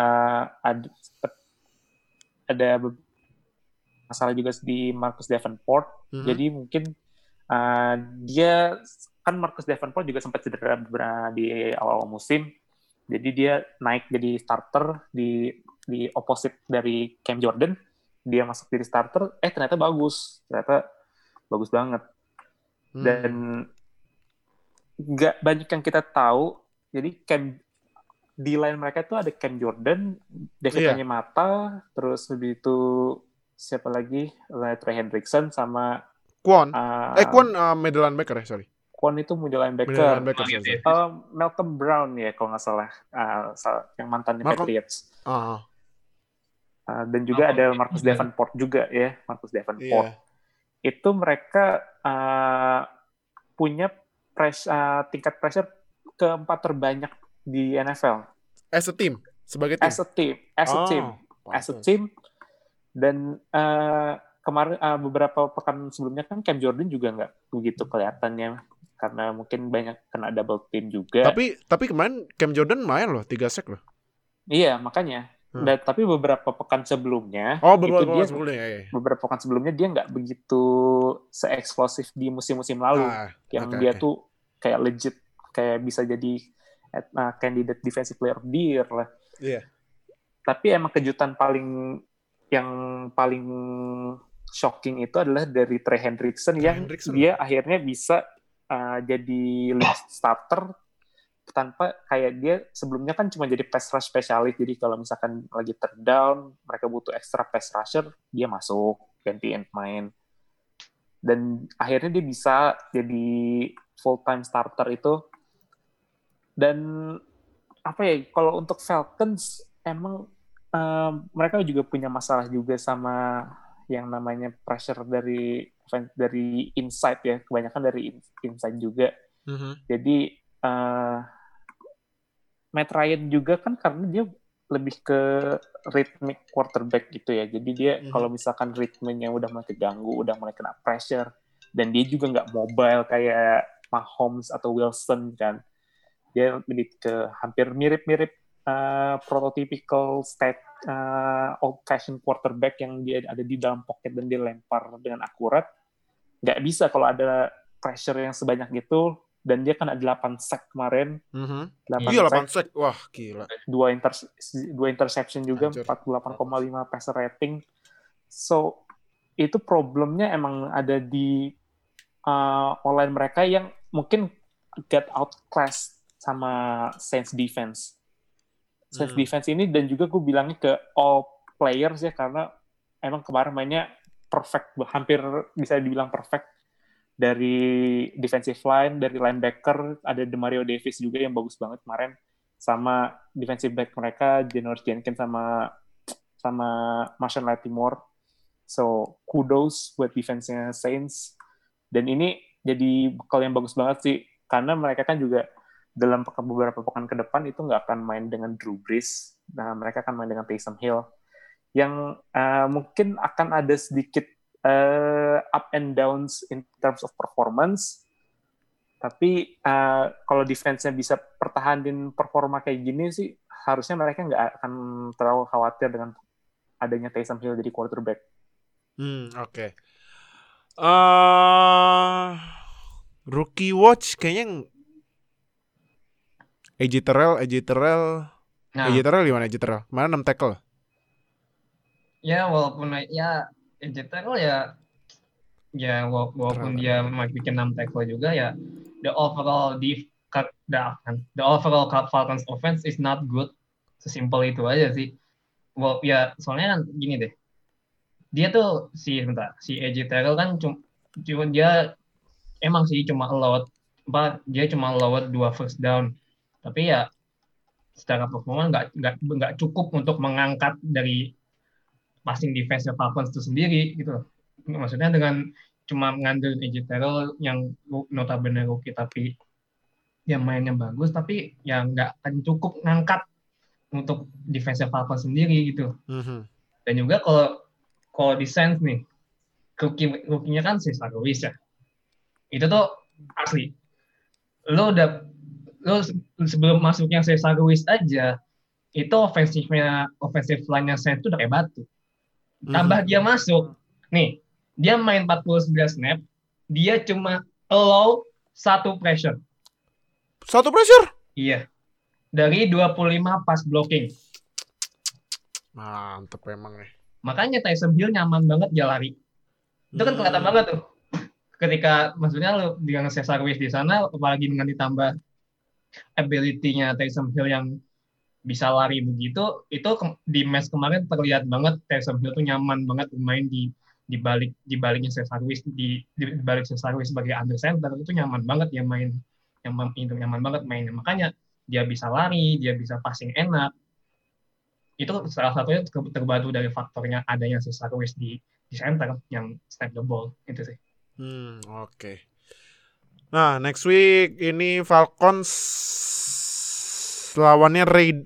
ada masalah juga di Marcus Davenport, jadi mungkin dia kan Marcus Davenport juga sempat cedera di awal musim. Jadi dia naik jadi starter di opposite dari Cam Jordan. Dia masuk jadi starter, ternyata bagus banget. Dan nggak banyak yang kita tahu. Jadi di line mereka itu ada Cam Jordan, David Onyemata, terus lebih itu siapa lagi? Trey Hendrickson sama Kwon middle linebacker ya, sorry. Kwon itu middle linebacker. Malcolm Brown ya kalau nggak salah, yang mantan di Patriots. Dan juga ada Marcus Davenport juga ya, Marcus Davenport. itu mereka punya tingkat pressure keempat terbanyak di NFL. As a team, sebagai tim. As a team. Dan kemarin beberapa pekan sebelumnya kan Cam Jordan juga nggak begitu kelihatannya karena mungkin banyak kena double team juga. Tapi kemarin Cam Jordan main loh, 3 sack loh. Iya, makanya. Tapi beberapa pekan sebelumnya, beberapa pekan sebelumnya dia nggak begitu se-eksplosif di musim-musim lalu, dia tuh kayak legit, kayak bisa jadi candidate defensive player of the year lah. Iya. Tapi emang kejutan yang paling shocking itu adalah dari Trey Hendrickson yang dia akhirnya bisa jadi lead starter tanpa kayak dia sebelumnya kan cuma jadi pass rush spesialis, jadi kalau misalkan lagi third down mereka butuh extra pass rusher, dia masuk gantiin main dan akhirnya dia bisa jadi full time starter itu. Dan apa ya, kalau untuk Falcons emang mereka juga punya masalah juga sama yang namanya pressure dari inside ya, kebanyakan dari inside juga. Jadi Matt Ryan juga kan karena dia lebih ke rhythmic quarterback gitu ya. Jadi dia kalau misalkan ritmenya udah mulai keganggu, udah mulai kena pressure, dan dia juga nggak mobile kayak Mahomes atau Wilson kan. Dia lebih ke hampir mirip-mirip prototypical old fashioned quarterback yang dia ada di dalam pocket dan dia lempar dengan akurat. Nggak bisa kalau ada pressure yang sebanyak itu. Dan dia kan ada 8 sack kemarin. 8 sack. Wah, gila. Dua interception juga, 48,5 passer rating. So, itu problemnya emang ada di online mereka yang mungkin get outclassed sama Saints defense. Saints defense ini, dan juga gue bilangnya ke all players ya, karena emang kemarin mainnya perfect, hampir bisa dibilang perfect. Dari defensive line, dari linebacker, ada Demario Davis juga yang bagus banget kemarin, sama defensive back mereka, Janoris Jenkins sama Marshall Latimore. So, kudos buat defense-nya Saints. Dan ini jadi bekal yang bagus banget sih, karena mereka kan juga dalam beberapa pekan ke depan itu nggak akan main dengan Drew Brees. Nah, mereka akan main dengan Taysom Hill, yang mungkin akan ada sedikit up and downs in terms of performance, tapi kalau defense-nya bisa pertahanin performa kayak gini sih, harusnya mereka nggak akan terlalu khawatir dengan adanya Taysom Hill jadi quarterback. Oke. Rookie watch kayaknya AJ Terrell gimana AJ Terrell? Mana 6 tackle? Ya walaupun AJ Terrell ya walaupun dia bikin 6 tackle juga ya, the overall Falcons offense is not good. Sesimpel itu aja sih. Well, ya soalnya kan gini deh. Dia tuh si AJ Terrell kan cuma dia emang sih cuma allowed 2 first down. Tapi ya secara performa nggak cukup untuk mengangkat dari passing defense Falcons itu sendiri gitu. Maksudnya dengan cuma ngandelin AJ Terrell yang notabene rookie tapi dia mainnya bagus, tapi ya nggak akan cukup ngangkat untuk defense Falcons sendiri gitu. Dan juga kalau di Saints nih, rookie-nya kan Cesar Ruiz ya. Itu tuh asli. Lo sebelum masuknya Cesar Ruiz aja, itu offensive line-nya Saints itu udah kayak batu. Tambah dia masuk, nih, dia main 49 snap, dia cuma allow 1 pressure. 1 pressure? Iya. Dari 25 pass blocking. Mantep emang nih. Makanya Taysom Hill nyaman banget dia lari. Itu kan kelihatan banget tuh. Ketika maksudnya lu dengan Cesar Ruiz di sana, apalagi dengan ditambah ability-nya Taysom Hill yang bisa lari begitu, itu di match kemarin terlihat banget Taysom Hill tuh nyaman banget bermain di baliknya Cesar Ruiz, di balik Cesar Ruiz sebagai under center, itu nyaman banget dia main, nyaman banget mainnya. Makanya dia bisa lari, dia bisa passing enak. Itu salah satunya terbantu dari faktornya adanya Cesar Ruiz di di center yang snap the ball itu sih. Oke. Nah, next week ini Falcons lawannya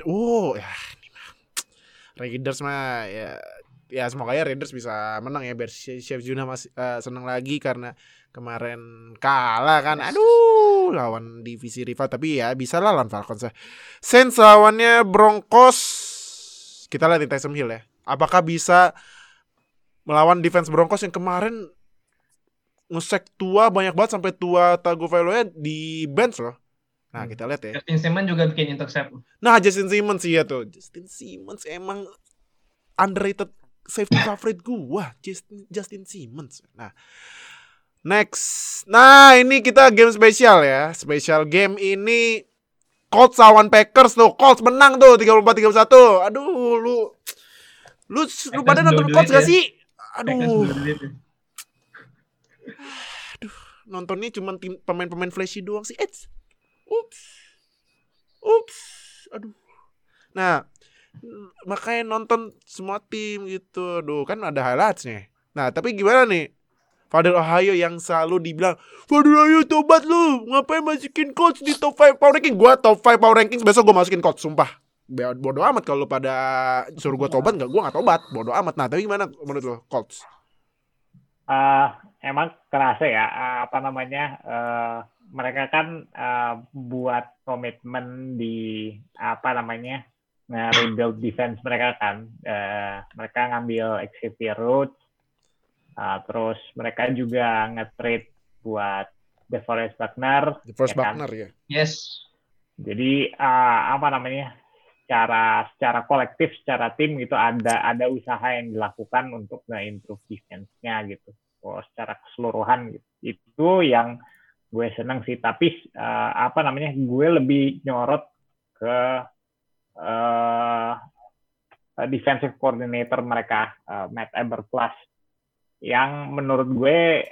Raiders mah ya semoga ya Raiders bisa menang ya, biar Chef Juna masih senang lagi karena kemarin kalah kan. Aduh, lawan divisi rival, tapi ya bisa lah lawan Falcons ya. Saints lawannya Broncos. Kita lihat di Taysom Hill ya. Apakah bisa melawan defense Broncos yang kemarin nge-sack Tua banyak banget sampai Tua Tagovailoa di bench loh. Nah, kita lihat ya. Justin Simmons juga bikin intercept. Nah, Justin Simmons sih ya tuh. Justin Simmons emang underrated safety favorite gua, Justin Simmons. Nah, next. Nah, ini kita game spesial ya. Special game ini Colts lawan Packers tuh. Colts menang tuh 34-31. Aduh, lu pada nonton Colts gak sih? Aduh, nontonnya cuma pemain-pemain flashy doang sih. Ups. Aduh. Nah, makanya nonton semua tim gitu. Aduh, kan ada highlights-nya. Nah, tapi gimana nih? Fadil Ohio yang selalu dibilang, Fadil Ohio tobat lu, ngapain masukin Colts di top 5 power ranking? Gua top 5 power ranking, besok gua masukin Colts, sumpah. Bodoh amat kalau pada suruh gua tobat, gua gak tobat. Bodoh amat. Nah, tapi gimana menurut lo, Colts? Emang kerasa ya, mereka kan buat komitmen di rebuild defense mereka kan. Mereka ngambil Xavier Rhodes, terus mereka juga nge-trade buat DeForest Buckner. Ya. Yes. Jadi secara kolektif, secara tim gitu ada usaha yang dilakukan untuk nge-improve defense-nya gitu. Secara keseluruhan gitu. Itu yang gue seneng sih, tapi gue lebih nyorot ke defensive coordinator mereka, Matt Eberflus, yang menurut gue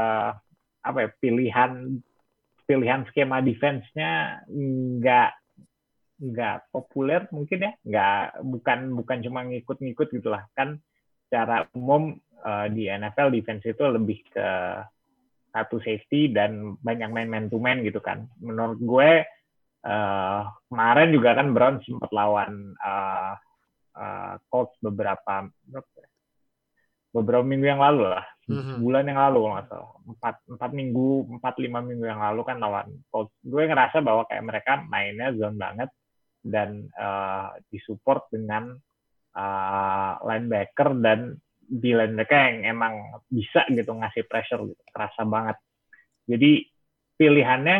pilihan skema defense-nya nggak populer mungkin ya, bukan cuma ngikut-ngikut gitulah kan. Secara umum di NFL defense itu lebih ke satu safety dan banyak main man to man gitu kan. Menurut gue kemarin juga kan Browns sempat lawan Colts beberapa minggu yang lalu lah, bulan yang lalu nggak salah, 4-5 minggu yang lalu kan lawan Colts. Gue ngerasa bahwa kayak mereka mainnya zone banget dan disupport dengan linebacker dan di linebacker yang emang bisa gitu ngasih pressure gitu, kerasa banget. Jadi pilihannya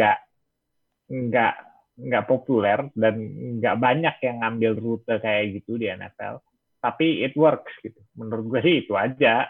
nggak populer dan nggak banyak yang ngambil rute kayak gitu di NFL, tapi it works gitu. Menurut gue sih itu aja.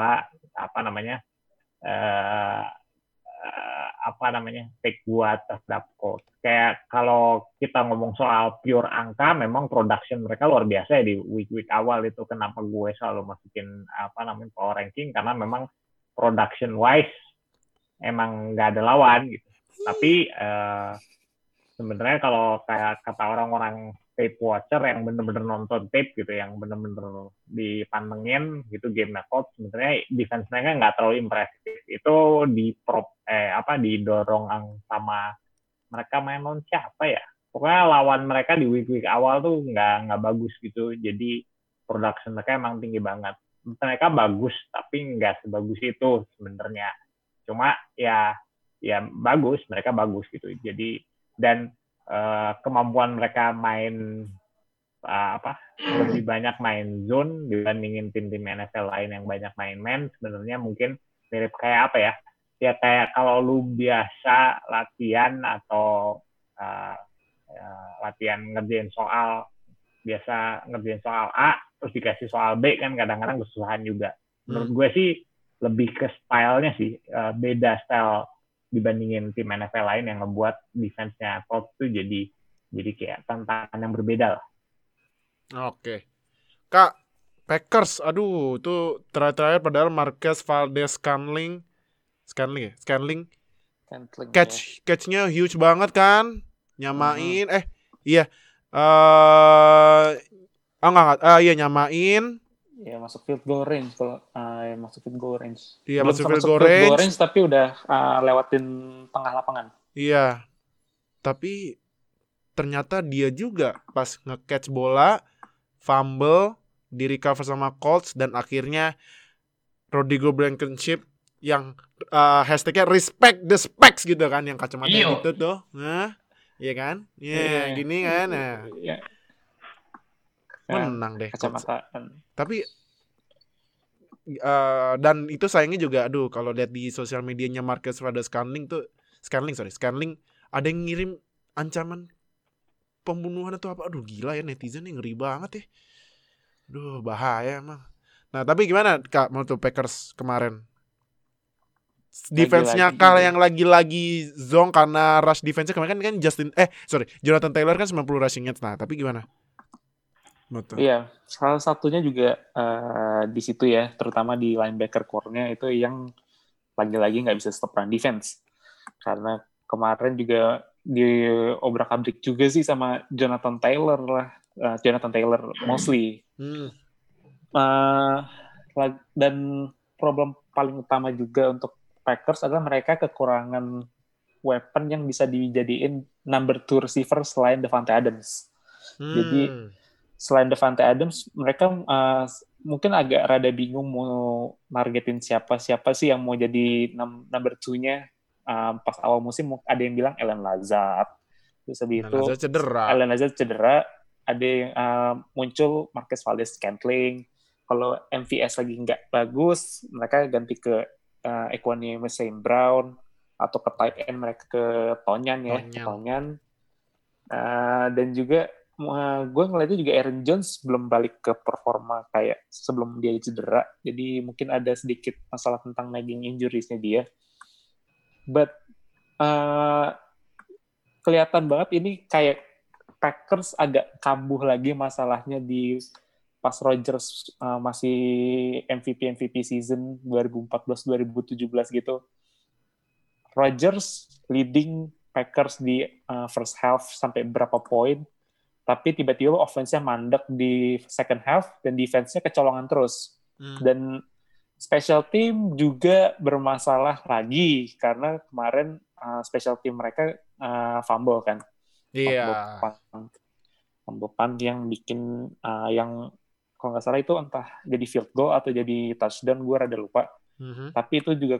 Take buat terhadap Colts. Kayak kalau kita ngomong soal pure angka, memang production mereka luar biasa ya di week awal itu. Kenapa gue selalu masukin power ranking, karena memang production wise emang nggak ada lawan gitu. Tapi sebenarnya kalau kayak kata orang-orang tape watcher yang bener-bener nonton tape gitu, yang bener-bener dipantengin gitu game Colts, sebenarnya defense mereka nggak terlalu impresif. Itu didorong sama mereka main lawan siapa ya? Pokoknya lawan mereka di week awal tuh nggak bagus gitu. Jadi production mereka emang tinggi banget. Mereka bagus tapi nggak sebagus itu sebenarnya. Cuma ya bagus, mereka bagus gitu. Jadi dan kemampuan mereka main lebih banyak main zone dibandingin tim-tim NFL lain yang banyak main man, sebenarnya mungkin mirip kayak apa ya? Ya kayak kalau lu biasa latihan atau latihan ngerjain soal A terus dikasih soal B kan kadang-kadang kesusahan juga. Menurut gue sih lebih ke stylenya sih, beda style dibandingin tim NFL lain yang ngebuat defense-nya Colts tuh jadi kayak tantangan yang berbeda lah. Oke. Kak, Packers, aduh, itu terakhir padahal Marquez Valdes-Scantling catch-nya huge banget kan, nyamain, nyamain, Ya masuk field goal range kalau masuk field goal range. Iya, Belum masuk sama field goal range tapi udah lewatin tengah lapangan. Iya. Tapi ternyata dia juga pas nge-catch bola, fumble, di recover sama Colts, dan akhirnya Rodrigo Blankenship yang hashtagnya respect the specs gitu kan, yang kacamata gitu tuh. Nah, iya kan? Iya, gini kan. Nah. Iya. Menang deh kacamata. Tapi dan itu sayangnya juga, aduh, kalau lihat di sosial medianya Marcus Valdes-Scantling ada yang ngirim ancaman pembunuhan atau apa. Aduh, gila ya, netizen yang ngeri banget ya. Aduh, bahaya emang. Nah, tapi gimana Kak menurut Packers kemarin? Defense-nya kalau yang lagi-lagi zong karena rush defense-nya kemarin kan Jonathan Taylor kan 90 rushing yards. Nah, tapi gimana? Betul. Iya, salah satunya juga di situ ya, terutama di linebacker core-nya itu yang lagi-lagi nggak bisa stop run defense. Karena kemarin juga diobrak-abrik juga sih sama Jonathan Taylor mostly. Dan problem paling utama juga untuk Packers adalah mereka kekurangan weapon yang bisa dijadiin number 2 receiver selain Davante Adams. Jadi selain Davante Adams, mereka mungkin agak rada bingung mau targetin siapa sih yang mau jadi number 2-nya. Pas awal musim ada yang bilang Allen Lazard. Terus habis itu Allen Lazard cedera. Ada yang muncul Marcus Valdes-Scantling. Kalau MVS lagi nggak bagus, mereka ganti ke Equanimeous St. Brown, atau ke tight end mereka ke Tonyan. Dan juga gue ngeliatnya juga Aaron Jones belum balik ke performa kayak sebelum dia cedera, jadi mungkin ada sedikit masalah tentang nagging injuries-nya dia. But kelihatan banget ini kayak Packers agak kambuh lagi masalahnya di pas Rodgers masih MVP season 2014-2017 gitu. Rodgers leading Packers di first half sampai berapa poin, tapi tiba-tiba offense-nya mandek di second half dan defense-nya kecolongan terus. Dan special team juga bermasalah lagi karena kemarin special team mereka fumble kan. Iya. Fumble punt yang bikin yang kalau nggak salah itu entah jadi field goal atau jadi touchdown, gue rada lupa. Tapi itu juga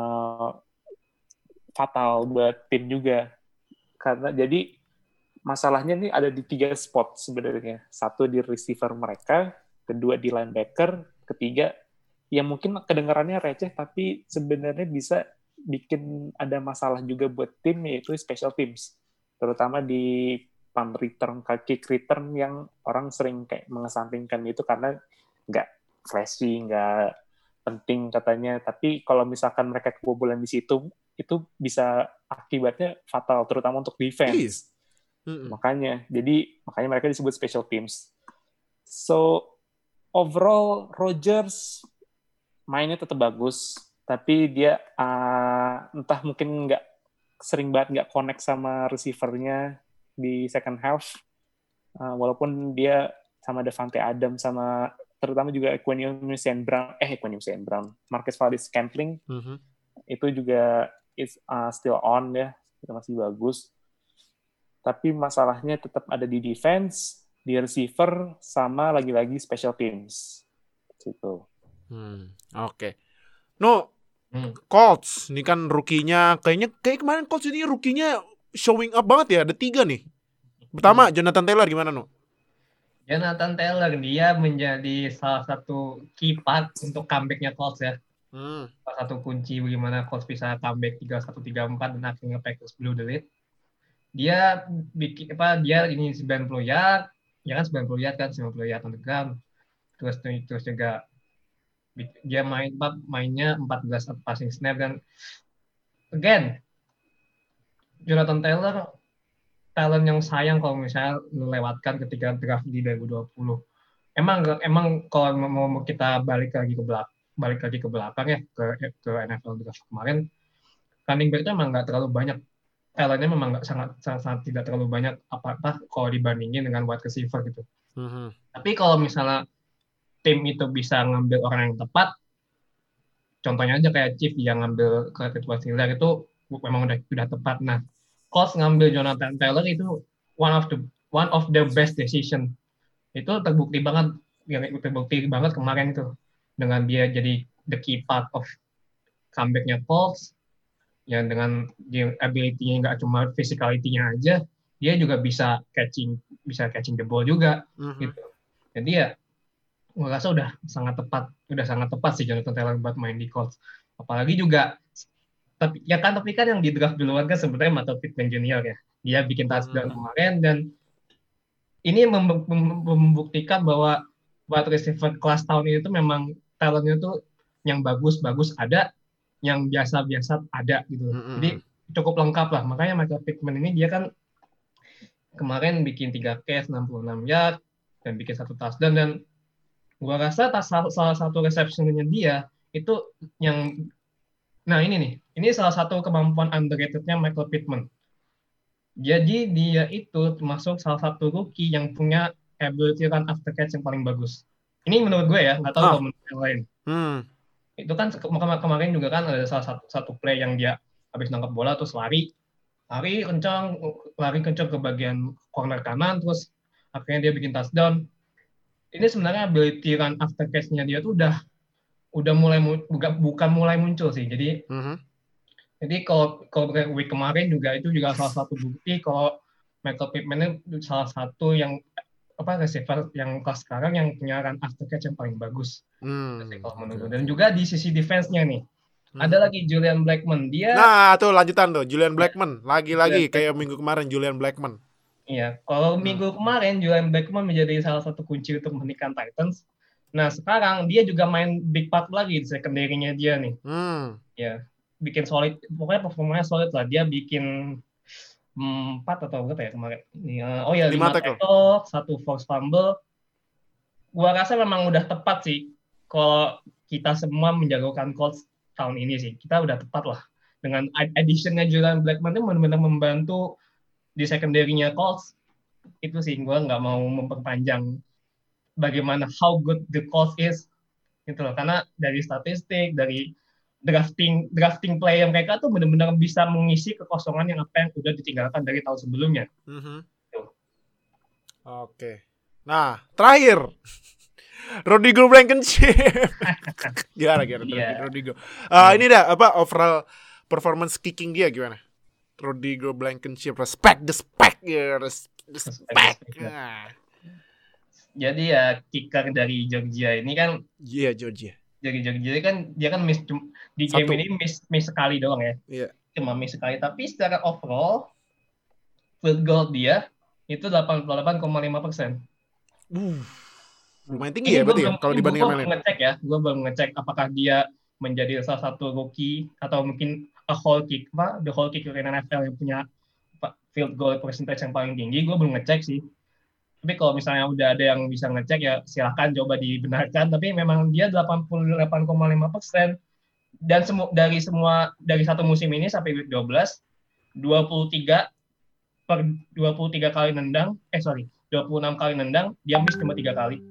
fatal buat tim juga. Karena jadi masalahnya nih ada di 3 spot sebenarnya. 1 di receiver mereka, kedua di linebacker, ketiga yang mungkin kedengarannya receh tapi sebenarnya bisa bikin ada masalah juga buat tim, yaitu special teams. Terutama di punt return, kick return yang orang sering kayak mengesampingkan itu karena nggak flashy, nggak penting katanya. Tapi kalau misalkan mereka kebobolan di situ, itu bisa akibatnya fatal, terutama untuk defense. Makanya mereka disebut special teams. So overall Rodgers mainnya tetap bagus, tapi dia entah mungkin sering banget nggak connect sama receivernya di second half, walaupun dia sama Davante Adams sama terutama juga Equanimeous St. Brown, Marcus Valdes-Scantling itu juga is still on ya, masih bagus. Tapi masalahnya tetap ada di defense, di receiver, sama lagi-lagi special teams. Gitu. Oke. Colts, ini kan rookie-nya kayak kemarin Colts ini rookie-nya showing up banget ya, ada 3 nih. Pertama, Jonathan Taylor gimana, No? Jonathan Taylor, dia menjadi salah satu key part untuk comeback-nya Colts ya. Salah satu kunci bagaimana Colts bisa comeback 3-1-3-4 dan akhirnya Packers blew the lead. Dia bikin dia ini 90 yard, ya kan 90 yard on the ground. Terus juga dia mainnya 14 passing snap, dan again Jonathan Taylor talent yang sayang kalau misalnya melewatkan ketika draft di 2020. Emang kalau mau kita balik lagi ke belakang ya, ke NFL draft kemarin, running back-nya memang nggak terlalu banyak. Talentnya memang nggak sangat tidak terlalu banyak apa kalau dibandingin dengan wide receiver gitu. Tapi kalau misalnya tim itu bisa ngambil orang yang tepat, contohnya aja kayak Chief yang ngambil Clyde Edwards-Helaire itu memang udah tepat. Nah, Colts ngambil Jonathan Taylor itu one of the best decision. Itu terbukti banget kemarin itu dengan dia jadi the key part of comeback-nya Colts. Ya dengan ability-nya nggak cuma physicality-nya aja, dia juga bisa catching the ball juga gitu. Jadi ya gue rasa udah sangat tepat sih Jonathan Taylor buat main di Colts. Apalagi juga tapi kan yang di draft duluan kan sebenarnya Michael Pittman Jr. ya. Dia bikin touchdown kemarin dan ini membuktikan bahwa buat receiver kelas tahun ini tuh memang talentnya tuh yang bagus ada, yang biasa-biasa ada gitu. Jadi cukup lengkap lah. Makanya Michael Pittman ini dia kan kemarin bikin 3 catch 66 yard dan bikin 1 touchdown, dan gua rasa salah satu reception-nya dia itu yang ini salah satu kemampuan underrated-nya Michael Pittman. Jadi dia itu termasuk salah satu rookie yang punya ability run after catch yang paling bagus. Ini menurut gue ya, nggak tahu kalau menurut yang lain. Itu kan kemarin juga kan ada salah satu play yang dia habis nangkap bola terus lari kencang ke bagian corner kanan, terus akhirnya dia bikin touchdown. Ini sebenarnya ability run after catch-nya dia tuh udah bukan mulai muncul sih. Jadi kalau week kemarin juga itu juga salah satu bukti kalau Michael Pittman itu salah satu yang receiver yang kelas sekarang yang punya run after catch yang paling bagus. Dan juga di sisi defense-nya nih. Ada lagi Julian Blackmon. Dia tuh lanjutan tuh Julian Blackmon. Lagi-lagi kayak minggu kemarin Julian Blackmon. Iya, kalau minggu kemarin Julian Blackmon menjadi salah satu kunci untuk menghentikan Titans. Nah, sekarang dia juga main big part lagi di secondary-nya dia nih. Ya, bikin solid, pokoknya performanya solid lah. Dia bikin 4 atau berapa ya kemarin? 5 tackle, 1 forced fumble. Gua rasa memang udah tepat sih kalau kita semua menjagokan Colts tahun ini sih. Kita udah tepat lah. Dengan addition-nya Julian Blackmon itu benar-benar membantu di secondary-nya Colts. Itu sih gua nggak mau memperpanjang bagaimana how good the Colts is. Gitu loh. Karena dari statistik, dari drafting player mereka tuh benar-benar bisa mengisi kekosongan yang apa yang udah ditinggalkan dari tahun sebelumnya. Oke. Nah, terakhir Rodrigo Blankenship. Gimana Rodrigo? Ini dah overall performance kicking dia gimana? Rodrigo Blankenship, respect. Jadi ya kicker dari Georgia ini kan Georgia. Jadi Georgia kan dia kan miss di game ini miss sekali doang ya. Iya. Cuma miss sekali, tapi secara overall field goal dia itu 88,5%. Lumayan tinggi ya berarti ya kalau dibandingkan yang lain. Gue belum ngecek apakah dia menjadi salah satu rookie atau mungkin the whole kicker in NFL yang punya field goal percentage yang paling tinggi. Gue belum ngecek sih. Tapi kalau misalnya udah ada yang bisa ngecek ya silakan coba dibenarkan. Tapi memang dia 88,5%, dan dari satu musim ini sampai week 12 23 kali nendang 26 kali nendang dia miss cuma 3 kali.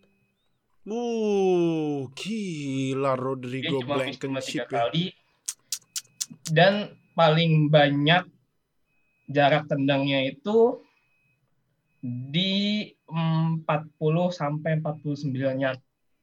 Gila Rodrigo Blankenship kali. Dan paling banyak jarak tendangnya itu di 40 sampai 49 yard.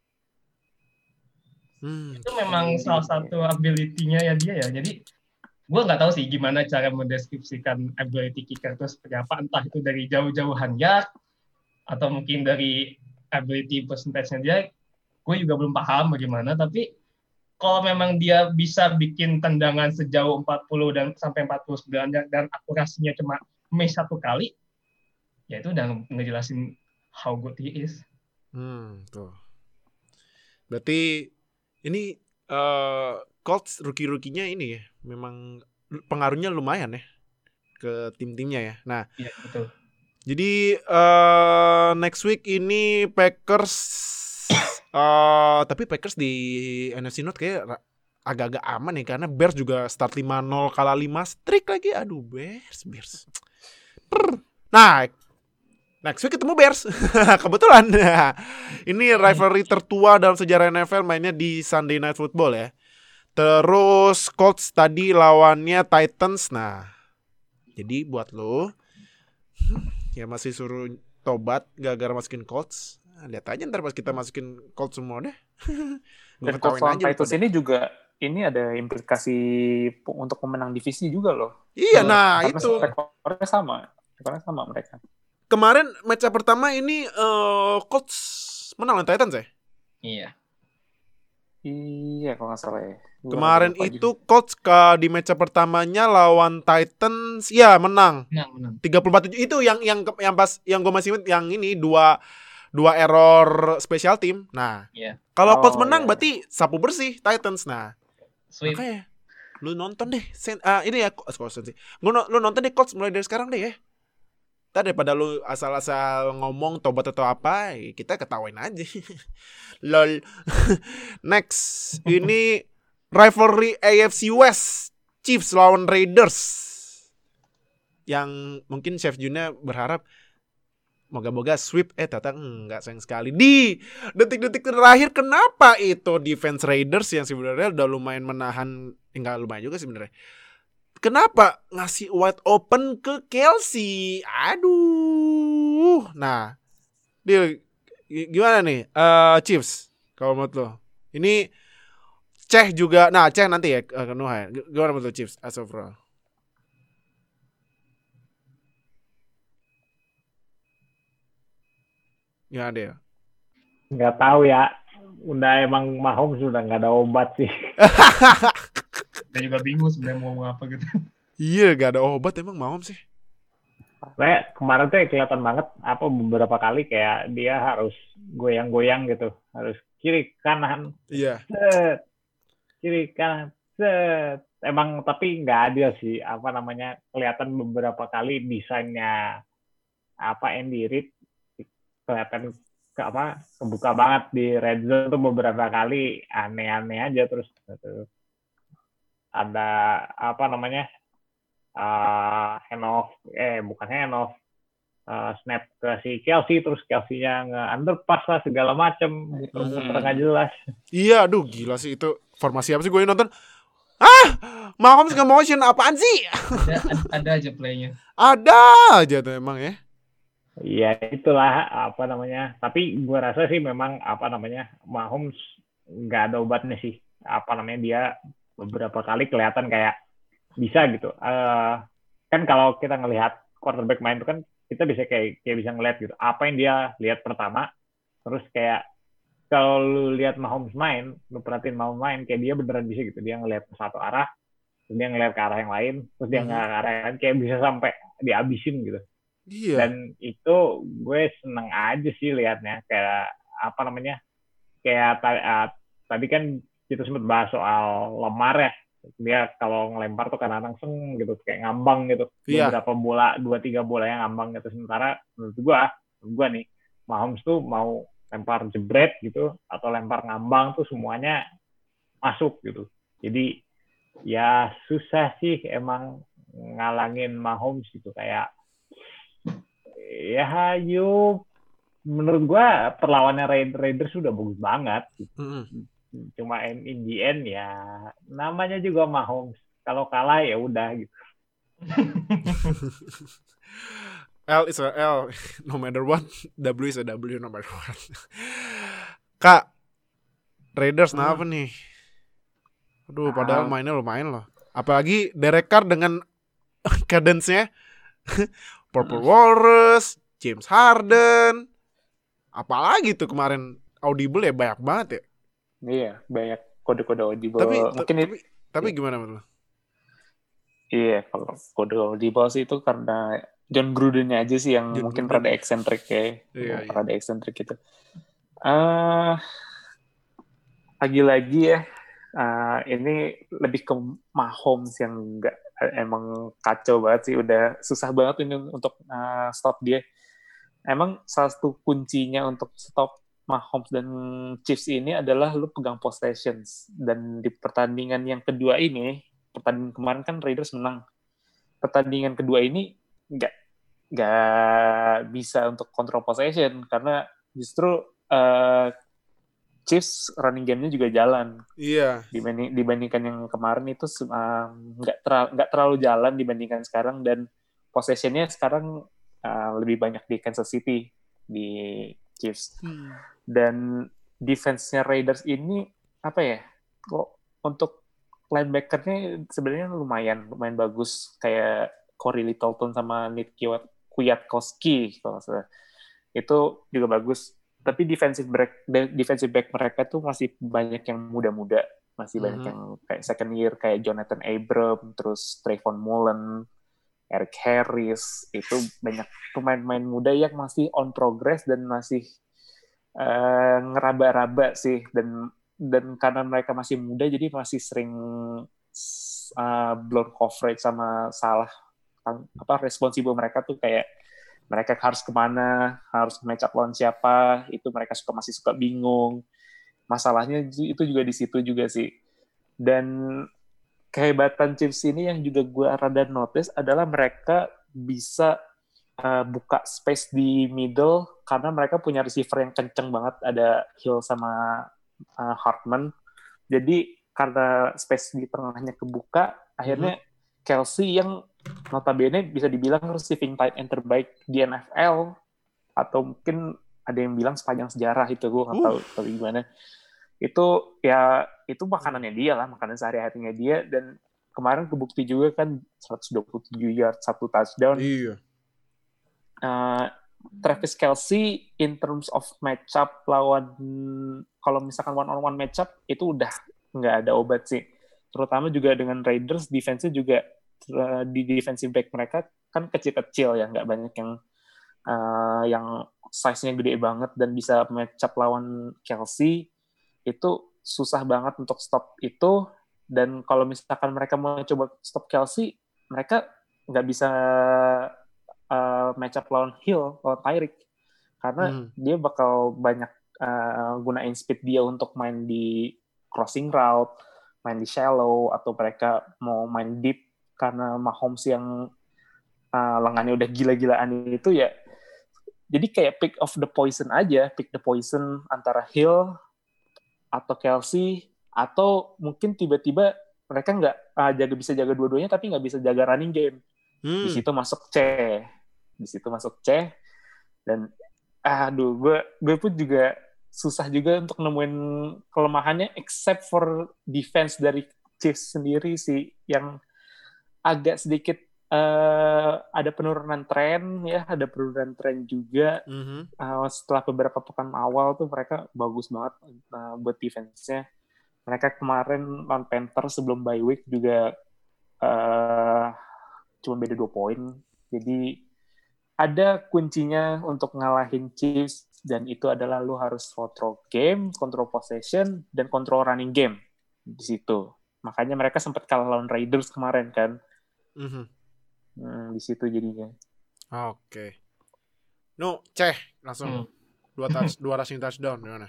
Itu memang salah satu ability-nya ya dia ya. Jadi gue nggak tahu sih gimana cara mendeskripsikan ability kicker itu seperti apa. Entah itu dari jauh-jauhan yard atau mungkin dari ability percentage-nya dia. Gue juga belum paham bagaimana. Tapi kalau memang dia bisa bikin tendangan sejauh 40 dan sampai 49 yard dan akurasinya cuma miss 1 kali, ya itu udah ngejelasin how good he is. Tuh. Berarti ini Colts rookie-rookinya ini ya, memang pengaruhnya lumayan ya ke tim-timnya ya. Nah, iya betul. Jadi next week ini Packers, tapi Packers di NFC North kayak agak-agak aman ya karena Bears juga start 5-0 kalah 5 streak lagi. Aduh, Bears. Nah, Next week ketemu Bears. Kebetulan. Ini rivalry tertua dalam sejarah NFL, mainnya di Sunday Night Football ya. Terus Colts tadi lawannya Titans. Nah, jadi buat lo ya masih suruh tobat gara-gara masukin Colts. Nah, lihat aja ntar pas kita masukin Colts semua deh. Dan Colts lawan Titans ini juga ini ada implikasi untuk pemenang divisi juga loh. Iya, nah karena itu. Rekornya sama mereka. Kemarin match pertama ini Colts menang lawan Titans ya? Iya, kalau nggak salah ya. Kemarin itu Colts di match pertamanya lawan Titans, ya menang. 34-7 itu yang pas yang gue masih ingat yang ini dua error special team. Nah, kalau Colts menang berarti sapu bersih Titans. Nah, makanya lu nonton deh. Ini ya, lu nonton deh Colts mulai dari sekarang deh ya. Daripada lu asal-asal ngomong tobat atau apa, kita ketawain aja. Lol. Next, ini rivalry AFC West, Chiefs lawan Raiders. Yang mungkin Chef Juna berharap moga-moga sweep, ternyata enggak, sayang sekali. Di detik-detik terakhir, kenapa itu defense Raiders yang sebenarnya udah lumayan menahan, enggak lumayan juga sebenarnya. Kenapa ngasih wide open ke Kelsey? Aduh. Nah, gimana nih Chiefs kalau menurut lo? Ini Ceh juga. Nah, Ceh nanti ya ke Nuha. Gimana menurut lo Chiefs as overall? Ya ada ya. Nggak tahu ya. Udah emang Mahomes sudah nggak ada obat sih. Saya juga bingung sebenarnya mau ngomong apa gitu. Iya, gak ada obat emang Mahomes sih. Kemarin tuh kelihatan banget beberapa kali kayak dia harus goyang-goyang gitu, harus kiri kanan. Iya. Set, kiri kanan. Set. Emang tapi nggak adil sih kelihatan beberapa kali desainnya Andy Reid kelihatan kebuka banget di red zone tuh beberapa kali aneh-aneh aja terus gitu. Ada snap ke si Kelsey, terus Kelsey-nya nge-underpass lah segala macem, muter-muter nggak jelas. Iya, aduh gila sih itu formasi apa sih gue nonton. Mahomes nggak motion apaan sih? Ada aja playnya. Ada aja tuh emang ya. Iya itulah Tapi gue rasa sih memang Mahomes nggak ada obatnya sih. Dia beberapa kali kelihatan kayak bisa gitu. Kan kalau kita ngelihat quarterback main itu kan kita bisa kayak bisa ngelihat gitu. Apa yang dia lihat pertama, terus kayak kalau lu lihat Mahomes main, lu perhatiin Mahomes main kayak dia beneran bisa gitu. Dia ngelihat ke satu arah, terus dia ngelihat ke arah yang lain, terus dia ngelihat ke arah yang lain, kayak bisa sampai dihabisin gitu. Iya. Dan itu gue seneng aja sih liatnya. Kayak kayak tadi kan kita sempat bahas soal Lamar ya. Dia kalau ngelempar tuh kadang-kadang gitu, kayak ngambang gitu. Iya. Beberapa bola, 2-3 bola yang ngambang gitu. Sementara menurut gua nih, Mahomes tuh mau lempar jebret gitu atau lempar ngambang tuh semuanya masuk gitu. Jadi ya susah sih emang ngalangin Mahomes gitu. Kayak ya menurut gua perlawannya Raiders sudah bagus banget gitu. Cuma in the end ya namanya juga Mahomes, kalau kalah ya udah gitu. L is a L no matter what, W is a W no matter what. Kak, Raiders kenapa nih? Aduh, padahal mainnya lumayan loh. Apalagi Derek Carr dengan cadence-nya Purple Walrus, James Harden. Apalagi tuh kemarin audible ya banyak banget ya. Iya, banyak kode-kode audible. Tapi gimana menurut lo? Iya, kalau kode audible sih itu karena John Gruden-nya aja sih yang mungkin rada eksentrik ya. Iya. Rada eksentrik gitu. Lagi-lagi ya, ini lebih ke Mahomes yang emang kacau banget sih. Udah susah banget ini untuk stop dia. Emang salah satu kuncinya untuk stop Mahomes dan Chiefs ini adalah lu pegang possessions. Dan di pertandingan yang kedua ini, pertandingan kemarin kan Raiders menang. Pertandingan kedua ini nggak bisa untuk control possession karena justru Chiefs running game-nya juga jalan. Iya. Dibandingkan yang kemarin itu nggak terlalu jalan dibandingkan sekarang, dan possession-nya sekarang lebih banyak di Kansas City di Chiefs. Dan defense-nya Raiders ini apa ya? Kok untuk linebacker-nya sebenarnya lumayan bagus, kayak Corey Littleton sama Nick Kwiatkowski kalau salah. Itu juga bagus. Tapi defensive back mereka tuh masih banyak yang muda-muda, masih banyak yang kayak second year kayak Jonathan Abram, terus Trayvon Mullen, Eric Harris, itu banyak pemain-pemain muda yang masih on progress dan masih ngeraba-raba sih, dan karena mereka masih muda jadi masih sering blown coverage sama salah responsibel mereka tuh, kayak mereka harus kemana, harus match up lawan siapa, itu mereka masih suka bingung. Masalahnya itu juga di situ juga sih. Dan kehebatan Chiefs ini yang juga gue rada notice adalah mereka bisa buka space di middle karena mereka punya receiver yang kenceng banget, ada Hill sama Hartman. Jadi karena space di tengahnya kebuka, akhirnya Kelsey yang notabene bisa dibilang receiving tight end terbaik di NFL, atau mungkin ada yang bilang sepanjang sejarah, itu gue nggak tahu gimana. Itu makanannya dia lah, makanan sehari-harinya dia, dan kemarin kebukti juga kan 127 yard, 1 touchdown. Iya. Travis Kelce in terms of matchup lawan, kalau misalkan one-on-one matchup itu udah nggak ada obat sih. Terutama juga dengan Raiders, defense-nya juga di defensive back mereka kan kecil-kecil ya, nggak banyak yang size-nya gede banget dan bisa match up lawan Kelsey. Itu susah banget untuk stop itu, dan kalau misalkan mereka mau coba stop Kelsey, mereka nggak bisa match up lawan Hill, lawan Tyreek, karena dia bakal banyak gunain speed dia untuk main di crossing route, main di shallow, atau mereka mau main deep karena Mahomes yang lengannya udah gila-gilaan itu ya. Jadi kayak pick of the poison aja, pick the poison antara Hill atau Kelsey, atau mungkin tiba-tiba mereka nggak bisa jaga dua-duanya tapi nggak bisa jaga running game. Di situ masuk C, dan gue pun juga susah juga untuk nemuin kelemahannya, except for defense dari Chiefs sendiri sih, yang agak sedikit ada penurunan tren juga. Setelah beberapa pekan awal tuh mereka bagus banget buat defense-nya. Mereka kemarin lawan Panthers sebelum bye week juga cuma beda 2 poin. Jadi ada kuncinya untuk ngalahin Chiefs, dan itu adalah lu harus control game, control possession, dan control running game di situ. Makanya mereka sempat kalah lawan Raiders kemarin kan. Di situ jadinya. Oke. Langsung 2 rushing touchdown gimana?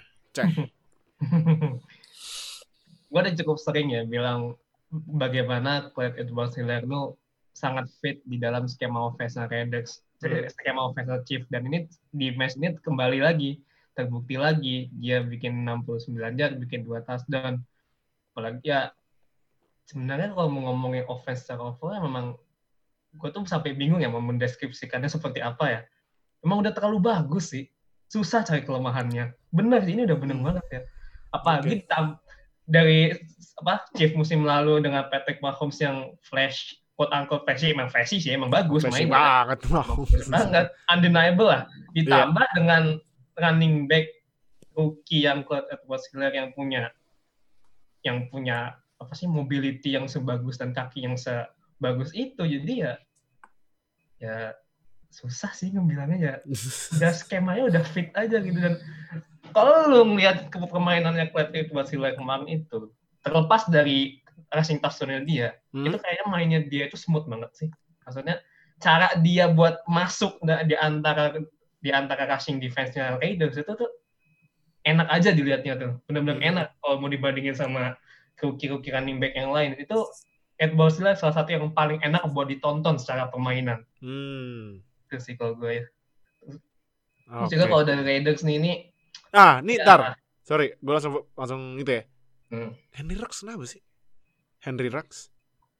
Gue udah cukup sering ya bilang bagaimana Clyde Edwards-Helaire itu sangat fit di dalam skema offense Raiders, skema offense Chiefs, dan ini di match ini kembali lagi terbukti lagi, dia bikin 69 yard, bikin 2 touchdown. Apalagi ya sebenarnya kalau mau ngomongin offense secara overall, memang gue tuh sampai bingung ya mau mendeskripsikannya seperti apa ya. Emang udah terlalu bagus sih, susah cari kelemahannya. Bener sih, ini udah bener banget ya. Apalagi dari Chief musim lalu dengan Patrick Mahomes yang flash, quote unquote flashy, emang bagus mainnya. Bagus banget, undeniable lah. Ditambah dengan running back rookie yang Clyde Edwards-Helaire yang punya mobility yang sebagus dan kaki yang sebagus itu. Jadi ya susah sih ngebilangnya ya. Udah skemanya udah fit aja gitu. Dan kalau lu ngeliat permainannya Clyde Edwards-Helaire kemarin itu, terlepas dari rushing touchdown-nya dia, itu kayaknya mainnya dia itu smooth banget sih. Maksudnya cara dia buat masuk di antara rushing defense-nya Raiders itu tuh enak aja dilihatnya tuh. Benar-benar enak kalau mau dibandingin sama rookie running back yang lain. Itu Edwards-Helaire salah satu yang paling enak buat ditonton secara permainan. Itu sih kalau gue ya. Terus Oke. juga kalau dari Raiders nih ini Nih ya, ntar. Sorry, gue langsung itu ya. Henry Ruggs kenapa sih? Henry Ruggs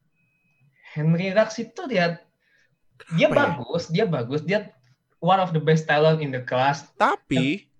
itu dia bagus, dia one of the best talent in the class. Tapi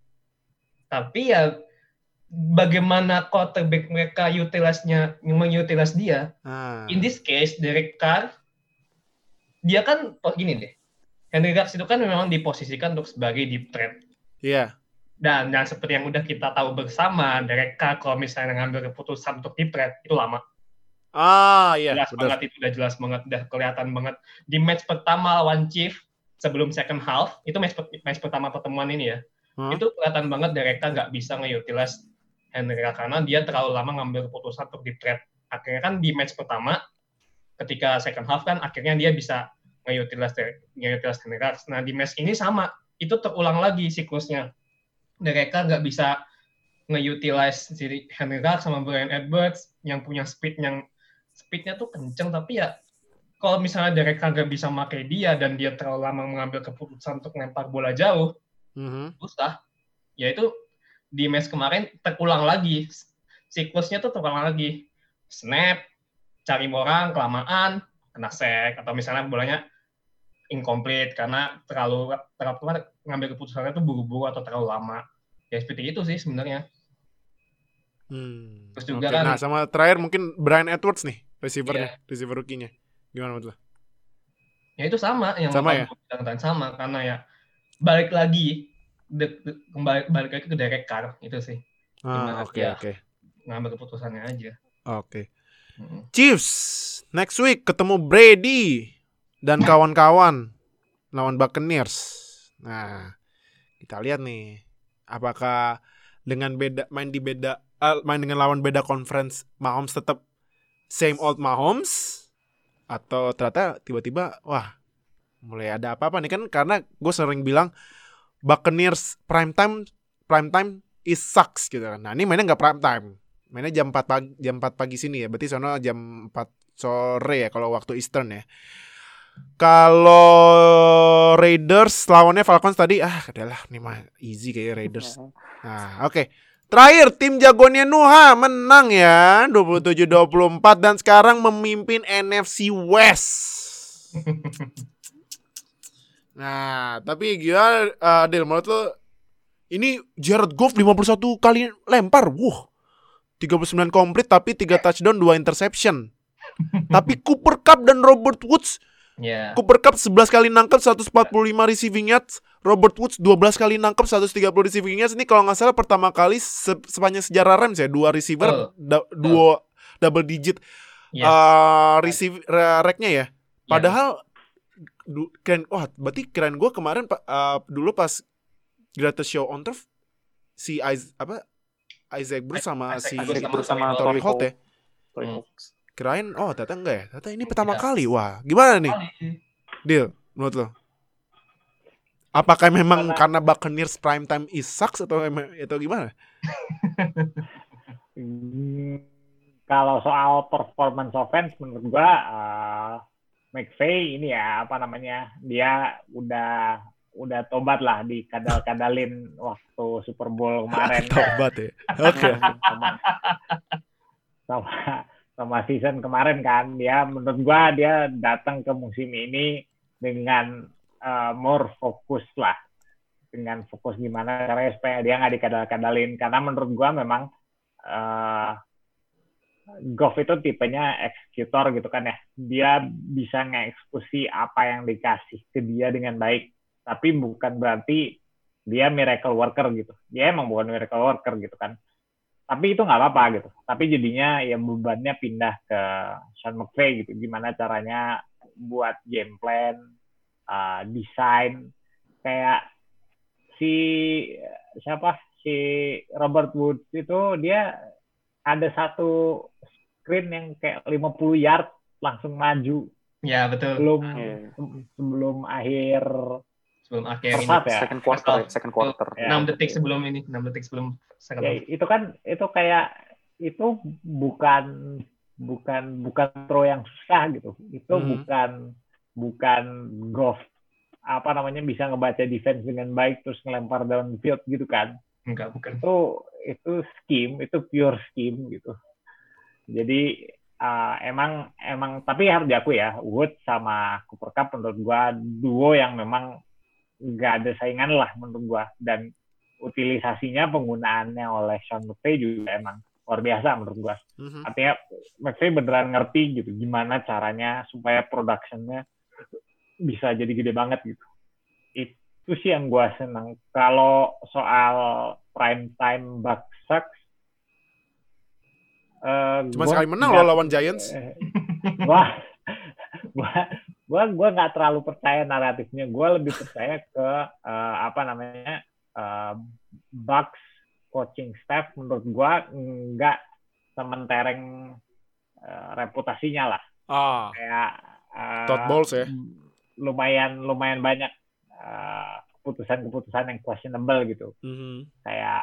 ya bagaimana quarterback mereka mengutilize dia. In this case, Derek Carr, dia kan gini deh. Henry Ruggs itu kan memang diposisikan untuk sebagai deep threat. Iya. Dan seperti yang udah kita tahu bersama, Derek Carr kalau misalnya ngambil keputusan untuk deep threat, itu lama. Iya. Jelas banget, udah kelihatan banget. Di match pertama lawan Chiefs, sebelum second half, itu match pertama pertemuan ini ya, itu kelihatan banget Derek Carr nggak bisa nge-utilize Henry Ruggs karena dia terlalu lama ngambil keputusan untuk deep threat. Akhirnya kan di match pertama, ketika second half kan akhirnya dia bisa nge-utilize Henry Ruggs. Nah di match ini sama, itu terulang lagi siklusnya. Derek Carr nggak bisa nge-utilize Henry Ruggs sama Bryan Edwards yang punya speednya tuh kenceng, tapi ya kalau misalnya Derek Carr nggak bisa pakai dia dan dia terlalu lama mengambil keputusan untuk lempar bola jauh, susah. Ya itu di match kemarin terulang lagi, siklusnya tuh terulang lagi. Snap, cari orang, kelamaan, kena sack, atau misalnya bolanya incomplete karena terlalu ngambil keputusannya tuh buru-buru atau terlalu lama. Ya seperti itu sih sebenarnya. Terus juga kan. Nah sama terakhir mungkin Bryan Edwards nih, receiver rookie-nya. Gimana menurut lo? Ya itu sama yang sama ya? Sama karena ya balik lagi ke Derek Carr itu sih. Oke. Ngambil keputusannya aja. Oke. Chiefs next week ketemu Brady dan kawan-kawan lawan Buccaneers. Nah, kita lihat nih apakah dengan main dengan lawan beda conference Mahomes tetap same old Mahomes atau ternyata tiba-tiba wah mulai ada apa-apa nih kan, karena gue sering bilang Buccaneers prime time is sucks gitu kan. Nah, ini mainnya enggak prime time. Mainnya jam 4 pagi sini ya. Berarti sono jam 4 sore ya kalau waktu Eastern ya. Kalau Raiders lawannya Falcons tadi adalah nih mah easy kayak Raiders. Nah, oke. Terakhir tim jagoannya Nuha menang ya 27-24 dan sekarang memimpin NFC West. Nah, tapi gimana Del, menurut lo ini Jared Goff 51 kali lempar. 39 komplit tapi 3 touchdown 2 interception. Tapi Cooper Kupp dan Robert Woods, Cooper Kupp 11 kali nangkep 145 receiving yards, Robert Woods 12 kali nangkep 130 receiving yards. Ini kalau nggak salah pertama kali sepanjang sejarah Rams ya, 2 receiver double digit receive rate-nya ya. Padahal berarti keren gue kemarin dulu pas Greatest Show on Turf si Isaac Bruce sama Torrey Holt ya. Kirain ternyata enggak ya. Ternyata ini pertama kali. Wah, gimana nih? Deal, menurut lo? Apakah memang karena Buccaneers prime time is sucks atau gimana? Kalau soal performance offense menurut gua McVay ini ya dia udah tobat lah dikadal-kadalin waktu Super Bowl kemarin. Tobat ya. Oke. Sama season kemarin kan, menurut gua dia datang ke musim ini dengan more fokus lah, dengan fokus gimana caranya supaya dia nggak dikadal-kadalin, karena menurut gua memang Goff itu tipenya eksekutor gitu kan ya, dia bisa ngeksekusi apa yang dikasih ke dia dengan baik, tapi bukan berarti dia miracle worker gitu, dia emang bukan miracle worker gitu kan. Tapi itu nggak apa-apa gitu. Tapi jadinya ya bebannya pindah ke Sean McVay gitu. Gimana caranya buat game plan, desain. Kayak si Robert Woods itu dia ada satu screen yang kayak 50 yard langsung maju. Ya betul. Sebelum akhir ini. Second quarter. 6 detik sebelum second half. Itu kayak itu bukan throw yang susah gitu. Itu bukan Goff bisa ngebaca defense dengan baik terus ngelempar downfield gitu kan. Enggak, bukan. Itu scheme, itu pure scheme gitu. Jadi emang tapi harus diakui ya, Wood sama Cooper Kupp menurut gua duo yang memang nggak ada saingan lah menurut gua, dan utilisasinya penggunaannya oleh Sean McVay juga emang luar biasa menurut gua. Artinya McVay beneran ngerti gitu gimana caranya supaya production-nya bisa jadi gede banget gitu. Itu sih yang gua senang. Kalau soal prime time Bucks sucks, cuma sekali menang loh lawan Giants. Gua nggak terlalu percaya naratifnya. Gua lebih percaya ke Bucks coaching staff menurut gua nggak sementereng reputasinya lah. Kayak Todd Bowles ya. Lumayan banyak keputusan-keputusan yang questionable gitu. Kayak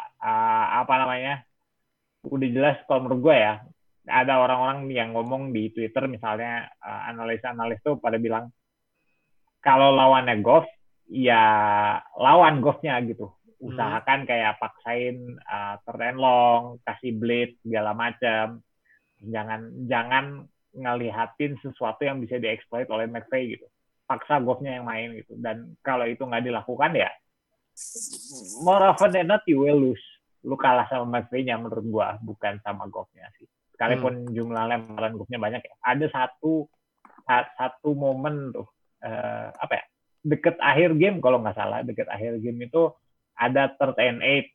udah jelas kalau menurut gue ya, ada orang-orang yang ngomong di Twitter misalnya, analis-analis tuh pada bilang kalau lawannya Goff ya lawan Goff-nya gitu, usahakan kayak paksain third and long, kasih blitz segala macam, jangan ngelihatin sesuatu yang bisa dieksploit oleh McVay gitu, paksa Goff-nya yang main gitu. Dan kalau itu nggak dilakukan ya more often than not you will lose. Lu kalah sama McVay-nya menurut gua, bukan sama Goff-nya sih. Sekalipun jumlah lemparan Goff-nya banyak ya. Ada satu momen tuh, deket akhir game kalau nggak salah, deket akhir game itu ada third and 8.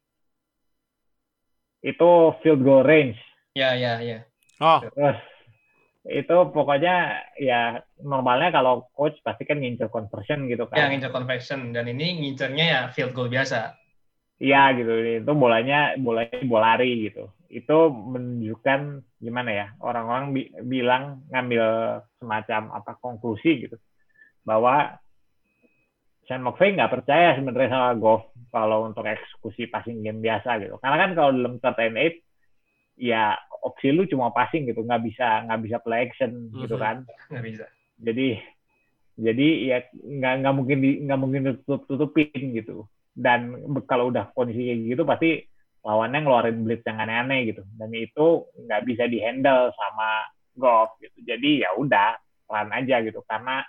Itu field goal range. Ya. Terus itu pokoknya ya normalnya kalau coach pasti kan ngincer conversion gitu kan. Ya, ngincer conversion, dan ini ngincernya ya field goal biasa. Iya gitu, itu bolanya bola lari gitu. Itu menunjukkan gimana ya, orang-orang bilang ngambil semacam konklusi gitu, bahwa Sean McVay nggak percaya sebenarnya sama Goff kalau untuk eksekusi passing game biasa gitu. Karena kan kalau dalam third and 8 ya opsi lu cuma passing gitu, nggak bisa play action gitu kan. Nggak bisa. Jadi ya nggak mungkin tutupin gitu. Dan kalau udah kondisi kayak gitu pasti lawannya ngeluarin blitz yang aneh-aneh gitu, dan itu nggak bisa dihandle sama Goff gitu. Jadi ya udah pelan aja gitu, karena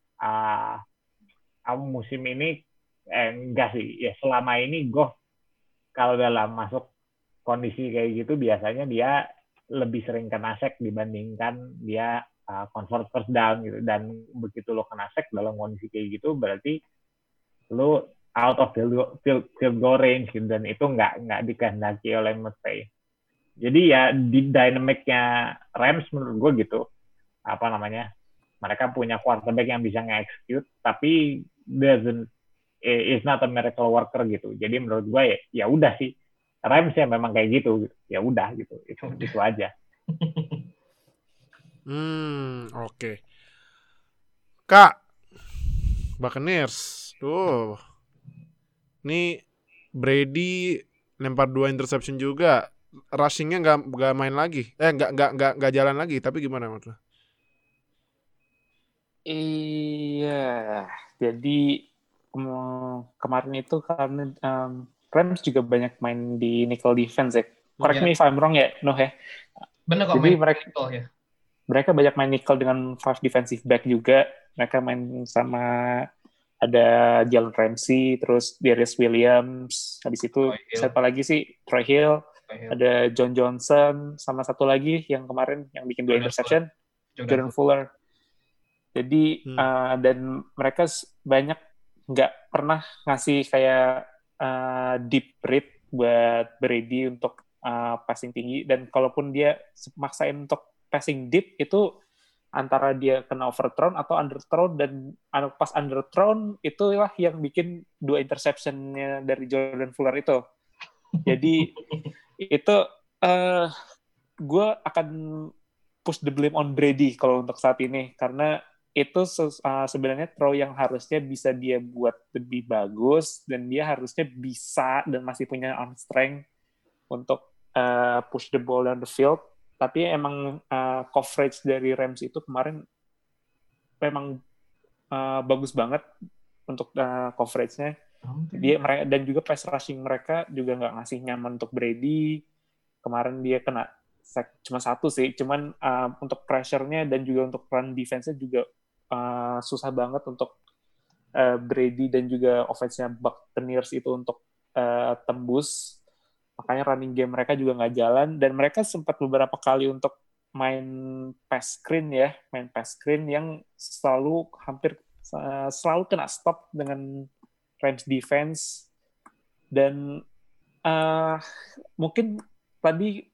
musim ini enggak sih ya, selama ini Goff kalau dalam masuk kondisi kayak gitu biasanya dia lebih sering kena sack dibandingkan dia convert first down gitu. Dan begitu lo kena sack dalam kondisi kayak gitu berarti lo out of field goal range gitu, dan itu nggak dikehendaki oleh McVay. Jadi ya di dynamic-nya Rams menurut gue gitu, mereka punya quarterback yang bisa nge-execute tapi is not a miracle worker gitu. Jadi menurut gue ya udah sih, Rams ya memang kayak gitu, ya udah gitu, itu aja. Oke. Kak, Buccaneers, ini Brady lempar 2 interception juga, rushing-nya nggak main lagi, nggak jalan lagi, tapi gimana menurut lo? Iya, jadi kemarin itu karena Rams juga banyak main di nickel defense ya. Correct me if I'm wrong ya, Noh ya. Benar kok. Jadi mereka banyak main nickel dengan 5 defensive back juga. Mereka main sama ada Jalen Ramsey, terus Darius Williams, habis itu siapa lagi sih? Troy Hill. Ada John Johnson, sama satu lagi yang kemarin yang bikin 2 interception, Jordan Fuller. Jadi dan mereka banyak nggak pernah ngasih kayak deep read buat Brady untuk passing tinggi, dan kalaupun dia maksain untuk passing deep itu antara dia kena overthrown atau underthrown, dan pas underthrown itulah yang bikin 2 interception-nya dari Jordan Fuller itu. Jadi itu gue akan push the blame on Brady kalau untuk saat ini, karena itu sebenarnya throw yang harusnya bisa dia buat lebih bagus, dan dia harusnya bisa dan masih punya arm strength untuk push the ball down the field. Tapi emang coverage dari Rams itu kemarin memang bagus banget, untuk coverage-nya. Mereka dan juga pass rushing mereka juga nggak ngasih nyaman untuk Brady. Kemarin dia kena sack cuma 1 sih, cuman untuk pressure-nya dan juga untuk run defense-nya juga susah banget untuk Brady dan juga offense-nya Buccaneers itu untuk tembus. Makanya running game mereka juga nggak jalan, dan mereka sempat beberapa kali untuk main pass screen yang selalu kena stop dengan Rams defense. Dan mungkin tadi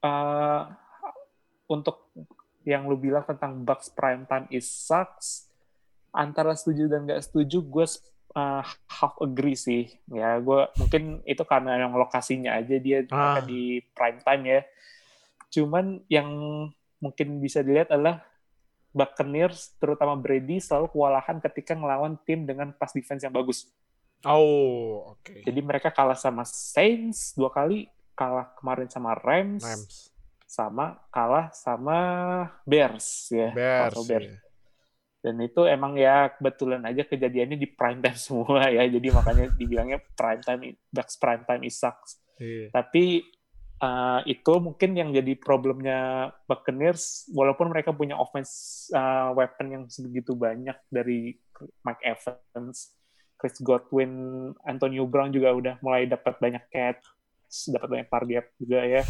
untuk yang lu bilang tentang Bucks prime time is sucks, antara setuju dan nggak setuju, gue half agree sih. Ya, gue mungkin itu karena yang lokasinya aja dia mereka di prime time ya. Cuman yang mungkin bisa dilihat adalah Buccaneers, terutama Brady, selalu kewalahan ketika ngelawan tim dengan pass defense yang bagus. Oh, oke. Jadi mereka kalah sama Saints 2 kali, kalah kemarin sama Rams. Sama kalah sama Bears ya. Bears. Dan itu emang ya kebetulan aja kejadiannya di prime time semua ya. Jadi makanya dibilangnya Bucks prime time is sucks. Tapi itu mungkin yang jadi problemnya Buccaneers, walaupun mereka punya offense weapon yang sebegitu banyak dari Mike Evans, Chris Godwin, Antonio Brown juga udah mulai dapat banyak catch, dapat banyak target juga ya.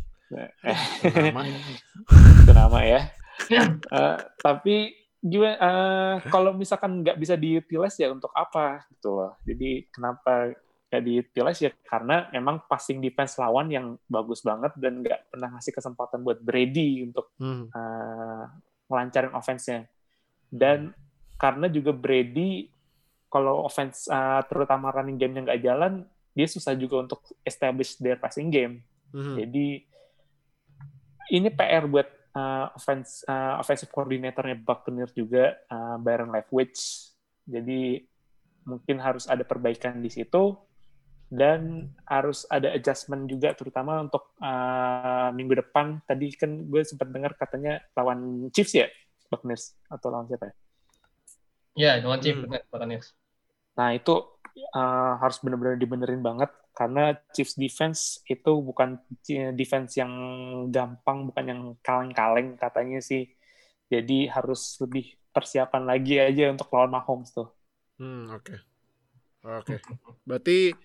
Itu nama ya. Tapi kalau misalkan nggak bisa diutilize ya untuk apa gitu loh. Jadi kenapa nggak diutilize ya karena emang passing defense lawan yang bagus banget dan nggak pernah ngasih kesempatan buat Brady untuk melancarin offense-nya. Dan karena juga Brady kalau offense terutama running game-nya nggak jalan, dia susah juga untuk establish their passing game. Jadi ini PR buat offensive coordinator-nya Buccaneers juga, Byron Leftwich. Jadi mungkin harus ada perbaikan di situ dan harus ada adjustment juga, terutama untuk minggu depan. Tadi kan gue sempat dengar katanya lawan Chiefs ya, Buccaneers, atau lawan siapa ya? Ya, lawan Chiefs, Buccaneers. Nah itu harus benar-benar dibenerin banget, karena Chiefs defense itu bukan defense yang gampang, bukan yang kaleng-kaleng katanya sih. Jadi harus lebih persiapan lagi aja untuk lawan Mahomes tuh. Oke. Berarti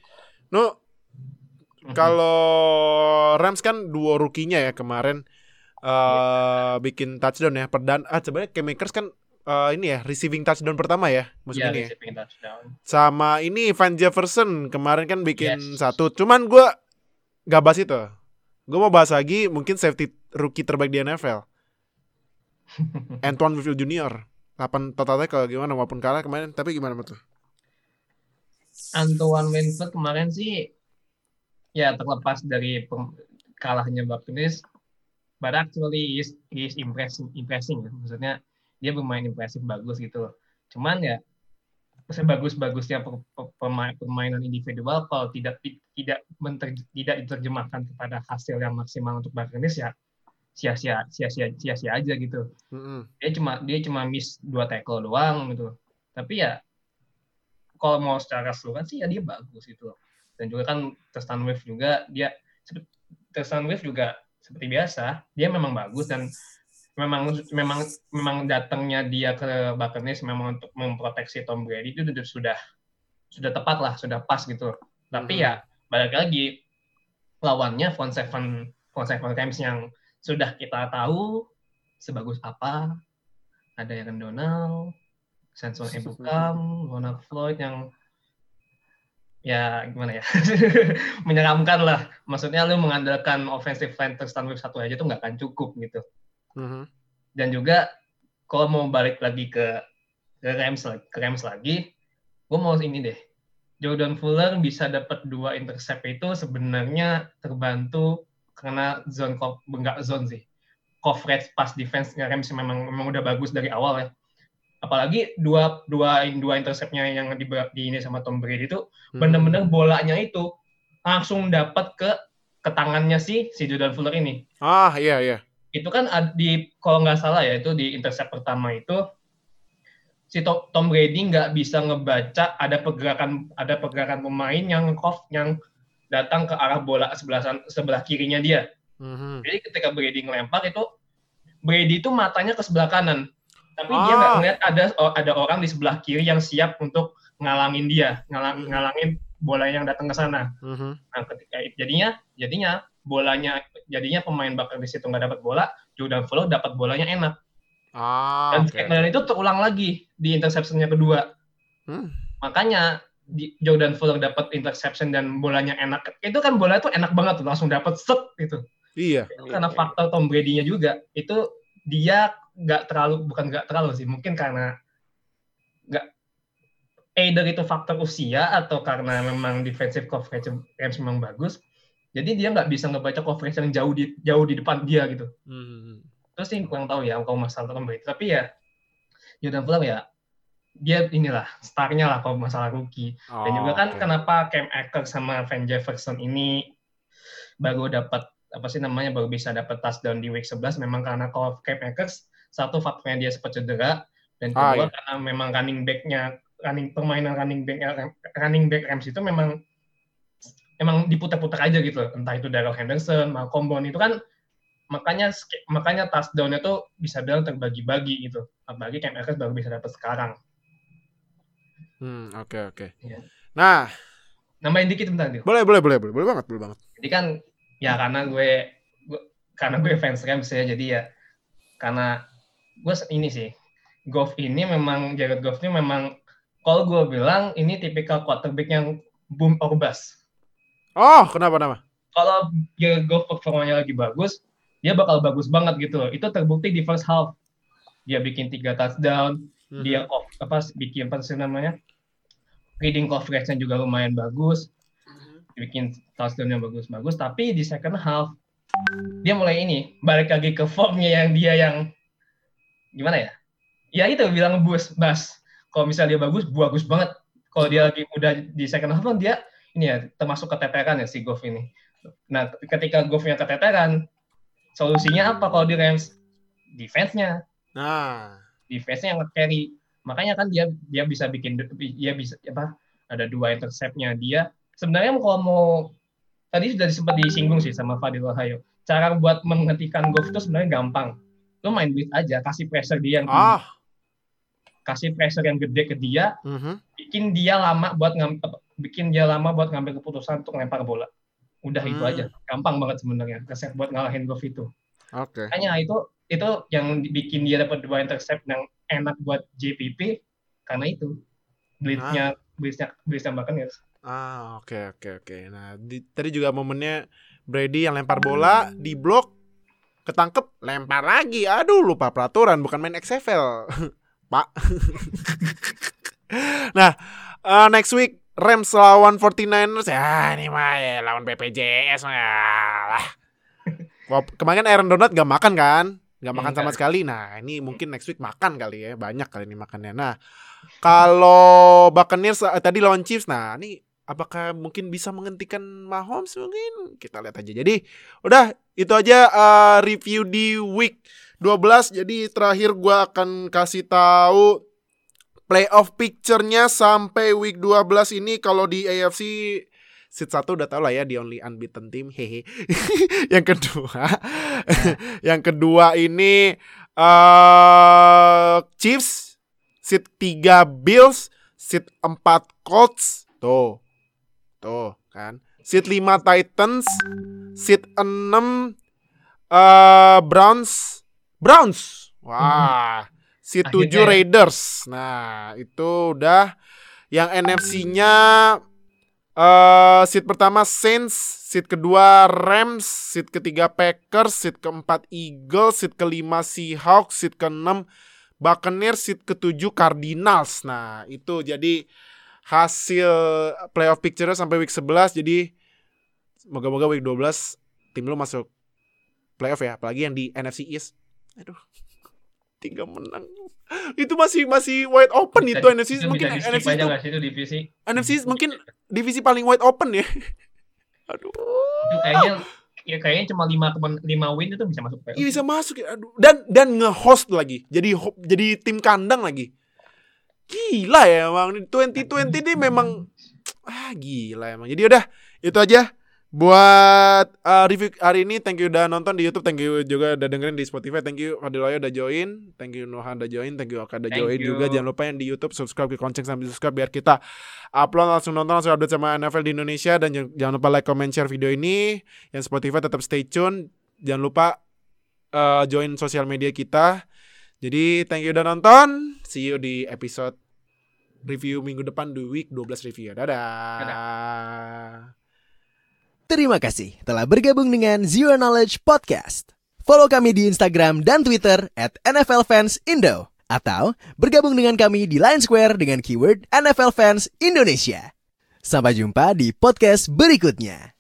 kalau Rams kan duo rookie-nya ya kemarin bikin touchdown ya. Sebenarnya K-Makers kan ini ya receiving touchdown pertama ya musim ini. Receiving touchdown. Sama ini Van Jefferson kemarin kan bikin 1. Cuman gue gak bahas itu. Gue mau bahas lagi mungkin safety rookie terbaik di NFL. Antoine Winfield Jr. 8 total tackle gimana, walaupun kalah kemarin, tapi gimana tuh? Antoine Winfield kemarin sih ya terlepas dari kalahnya Buccaneers, but actually is impressing ya. Maksudnya dia bermain impresif bagus gitu loh. Cuman ya sebagus-bagusnya permainan individual kalau tidak diterjemahkan kepada hasil yang maksimal untuk Buccaneers ya sia-sia aja gitu. Dia cuma miss 2 tackle doang gitu. Tapi ya kalau mau secara keseluruhan sih ya dia bagus gitu loh. Dan juga kan Tristan Wirfs juga seperti biasa, dia memang bagus dan memang datangnya dia ke Buccaneers memang untuk memproteksi Tom Brady itu sudah tepat lah, sudah pas gitu. Tapi ya balik lagi lawannya front seven Rams yang sudah kita tahu sebagus apa. Ada Aaron Donald, Samson Ebukam, Leonard Floyd yang ya gimana ya menyeramkan lah. Maksudnya lu mengandalkan offensive line Tristan Wirfs 1 aja tuh nggak akan cukup gitu. Dan juga kalau mau balik lagi ke Rams lagi, gue mau ini deh. Jordan Fuller bisa dapat 2 intercept itu sebenarnya terbantu karena coverage pass defense Rams memang udah bagus dari awal ya. Apalagi dua interceptnya yang di ini sama Tom Brady itu benar-benar bolanya itu langsung dapat ke tangannya si Jordan Fuller ini. Iya. Itu kan kalau nggak salah ya, itu di intercept pertama itu si Tom Brady nggak bisa ngebaca ada pergerakan pemain yang datang ke arah bola sebelah kirinya dia. Jadi ketika Brady ngelempar itu Brady itu matanya ke sebelah kanan, tapi dia nggak ngeliat ada orang di sebelah kiri yang siap untuk ngalangin dia, ngalangin bola yang datang ke sana. Nah, ketika jadinya pemain bakal di situ nggak dapat bola, Jordan Fuller dapat bolanya enak. Dan kejadian itu terulang lagi di interception-nya kedua. Makanya Jordan Fuller dapat interception dan bolanya enak. Itu kan bola itu enak banget tuh, langsung dapat set gitu. Iya. Itu karena faktor Tom Brady-nya juga. Itu dia bukan nggak terlalu sih, mungkin karena either itu faktor usia atau karena memang defensive coverage Rams memang bagus, jadi dia nggak bisa ngebaca coverage yang jauh di depan dia gitu. Terus sih kurang tahu ya kalau masalah Tom Brady, tapi ya Jordan Fuller ya dia inilah starnya lah kalau masalah rookie. Dan juga kan kenapa Cam Akers sama Van Jefferson ini baru bisa dapat touchdown di week 11 memang karena kalau Cam Akers satu faktornya dia sempat cedera, dan kedua karena memang permainan running back Rams itu memang diputar-putar aja gitu, entah itu Darrell Henderson, Malcolm Brown itu kan makanya touchdown-nya tuh bisa bilang terbagi-bagi gitu, apalagi Cam Akers baru bisa dapat sekarang. Oke. Ya. Nah, nambahin dikit bentar Dil. Boleh banget. Jadi kan ya karena gue fans Rams ya, jadi ya karena gue ini sih Jared Goff ini memang kalau gue bilang ini tipikal quarterback yang boom or bust. Kenapa? Kalau Jared Goff performanya lagi bagus, dia bakal bagus banget gitu. Itu terbukti di first half. Dia bikin 3 touchdown, dia bikin reading coverage-nya juga lumayan bagus. Bikin touchdown yang bagus-bagus, tapi di second half dia mulai balik lagi ke formnya yang gimana ya? Ya itu bilang bus. Kalau misalnya dia bagus banget. Kalau dia lagi udah di second half dia termasuk keteteran ya si Goff ini. Nah, ketika Goff-nya keteteran, solusinya apa kalau di Rams? Defense-nya. Defense-nya yang nge-carry. Makanya kan dia bisa ada 2 intercept-nya dia. Sebenarnya kalau tadi sudah sempat disinggung sih sama Fadil Wahyu. Cara buat menghentikan Goff itu sebenarnya gampang. Lo main blitz aja, kasih pressure dia yang tinggi. Kasih pressure yang gede ke dia, bikin dia lama buat ngambil keputusan untuk lempar bola. Udah itu aja, gampang banget sebenarnya resep buat ngalahin Goff itu. Makanya itu yang bikin dia dapat 2 intercept yang enak buat JPP karena itu blitznya Buccaneers. Oke. Nah, tadi juga momennya Brady yang lempar bola, di blok, ketangkep, lempar lagi. Aduh, lupa peraturan, bukan main XFL. Pak. Nah, next week Rams lawan 49ers. Ya, ini mah ya lawan BPJS lah. Kemarin Aaron Donald gak makan kan? Gak makan sama sekali. Nah, ini mungkin next week makan kali ya. Banyak kali ini makannya. Nah, kalau Buccaneers tadi lawan Chiefs. Nah, ini apakah mungkin bisa menghentikan Mahomes? Mungkin kita lihat aja. Jadi, udah itu aja review di week 12. Jadi terakhir gue akan kasih tahu playoff picture-nya sampai week 12 ini. Kalau di AFC seed 1 udah tau lah ya, the only unbeaten team. Hehe. Yang kedua ini Chiefs, seed 3 Bills, seed 4 Colts. Tuh kan. Seed 5 Titans, seed 6 Browns. Wah. Seed 7 Raiders. Nah, itu udah. Yang NFC-nya seed pertama Saints, seed kedua Rams, seed ketiga Packers, seed keempat Eagles, seed kelima Seahawks, seed keenam Buccaneers, seed ketujuh Cardinals. Nah, itu jadi hasil playoff picture sampai week 11. Jadi moga-moga week 12 tim lu masuk playoff ya, apalagi yang di NFC East. Aduh, 3 menang. Itu masih wide open itu NFC. Mungkin NFC itu divisi. NFC mungkin divisi paling wide open ya. Aduh. Itu kayaknya cuma 5 win itu bisa masuk playoff. Iya, bisa masuk ya. Aduh. Dan nge-host lagi. Jadi tim kandang lagi. Gila ya emang 2020 ini memang gila emang. Jadi udah itu aja buat review hari ini. Thank you udah nonton di YouTube, thank you juga udah dengerin di Spotify. Thank you Fadil Loyo udah join, thank you Nohan udah join, thank you Oka udah join juga. Jangan lupa yang di YouTube subscribe, lonceng sambil subscribe biar kita upload langsung nonton, langsung update sama NFL di Indonesia. Dan jangan lupa like, comment, share video ini. Yang Spotify tetap stay tune. Jangan lupa join sosial media kita. Jadi thank you udah nonton. See you di episode review minggu depan di week 12 review. Dadah. Terima kasih telah bergabung dengan Zero Knowledge Podcast. Follow kami di Instagram dan Twitter @NFLFansIndo. Atau bergabung dengan kami di Line Square dengan keyword NFL Fans Indonesia. Sampai jumpa di podcast berikutnya.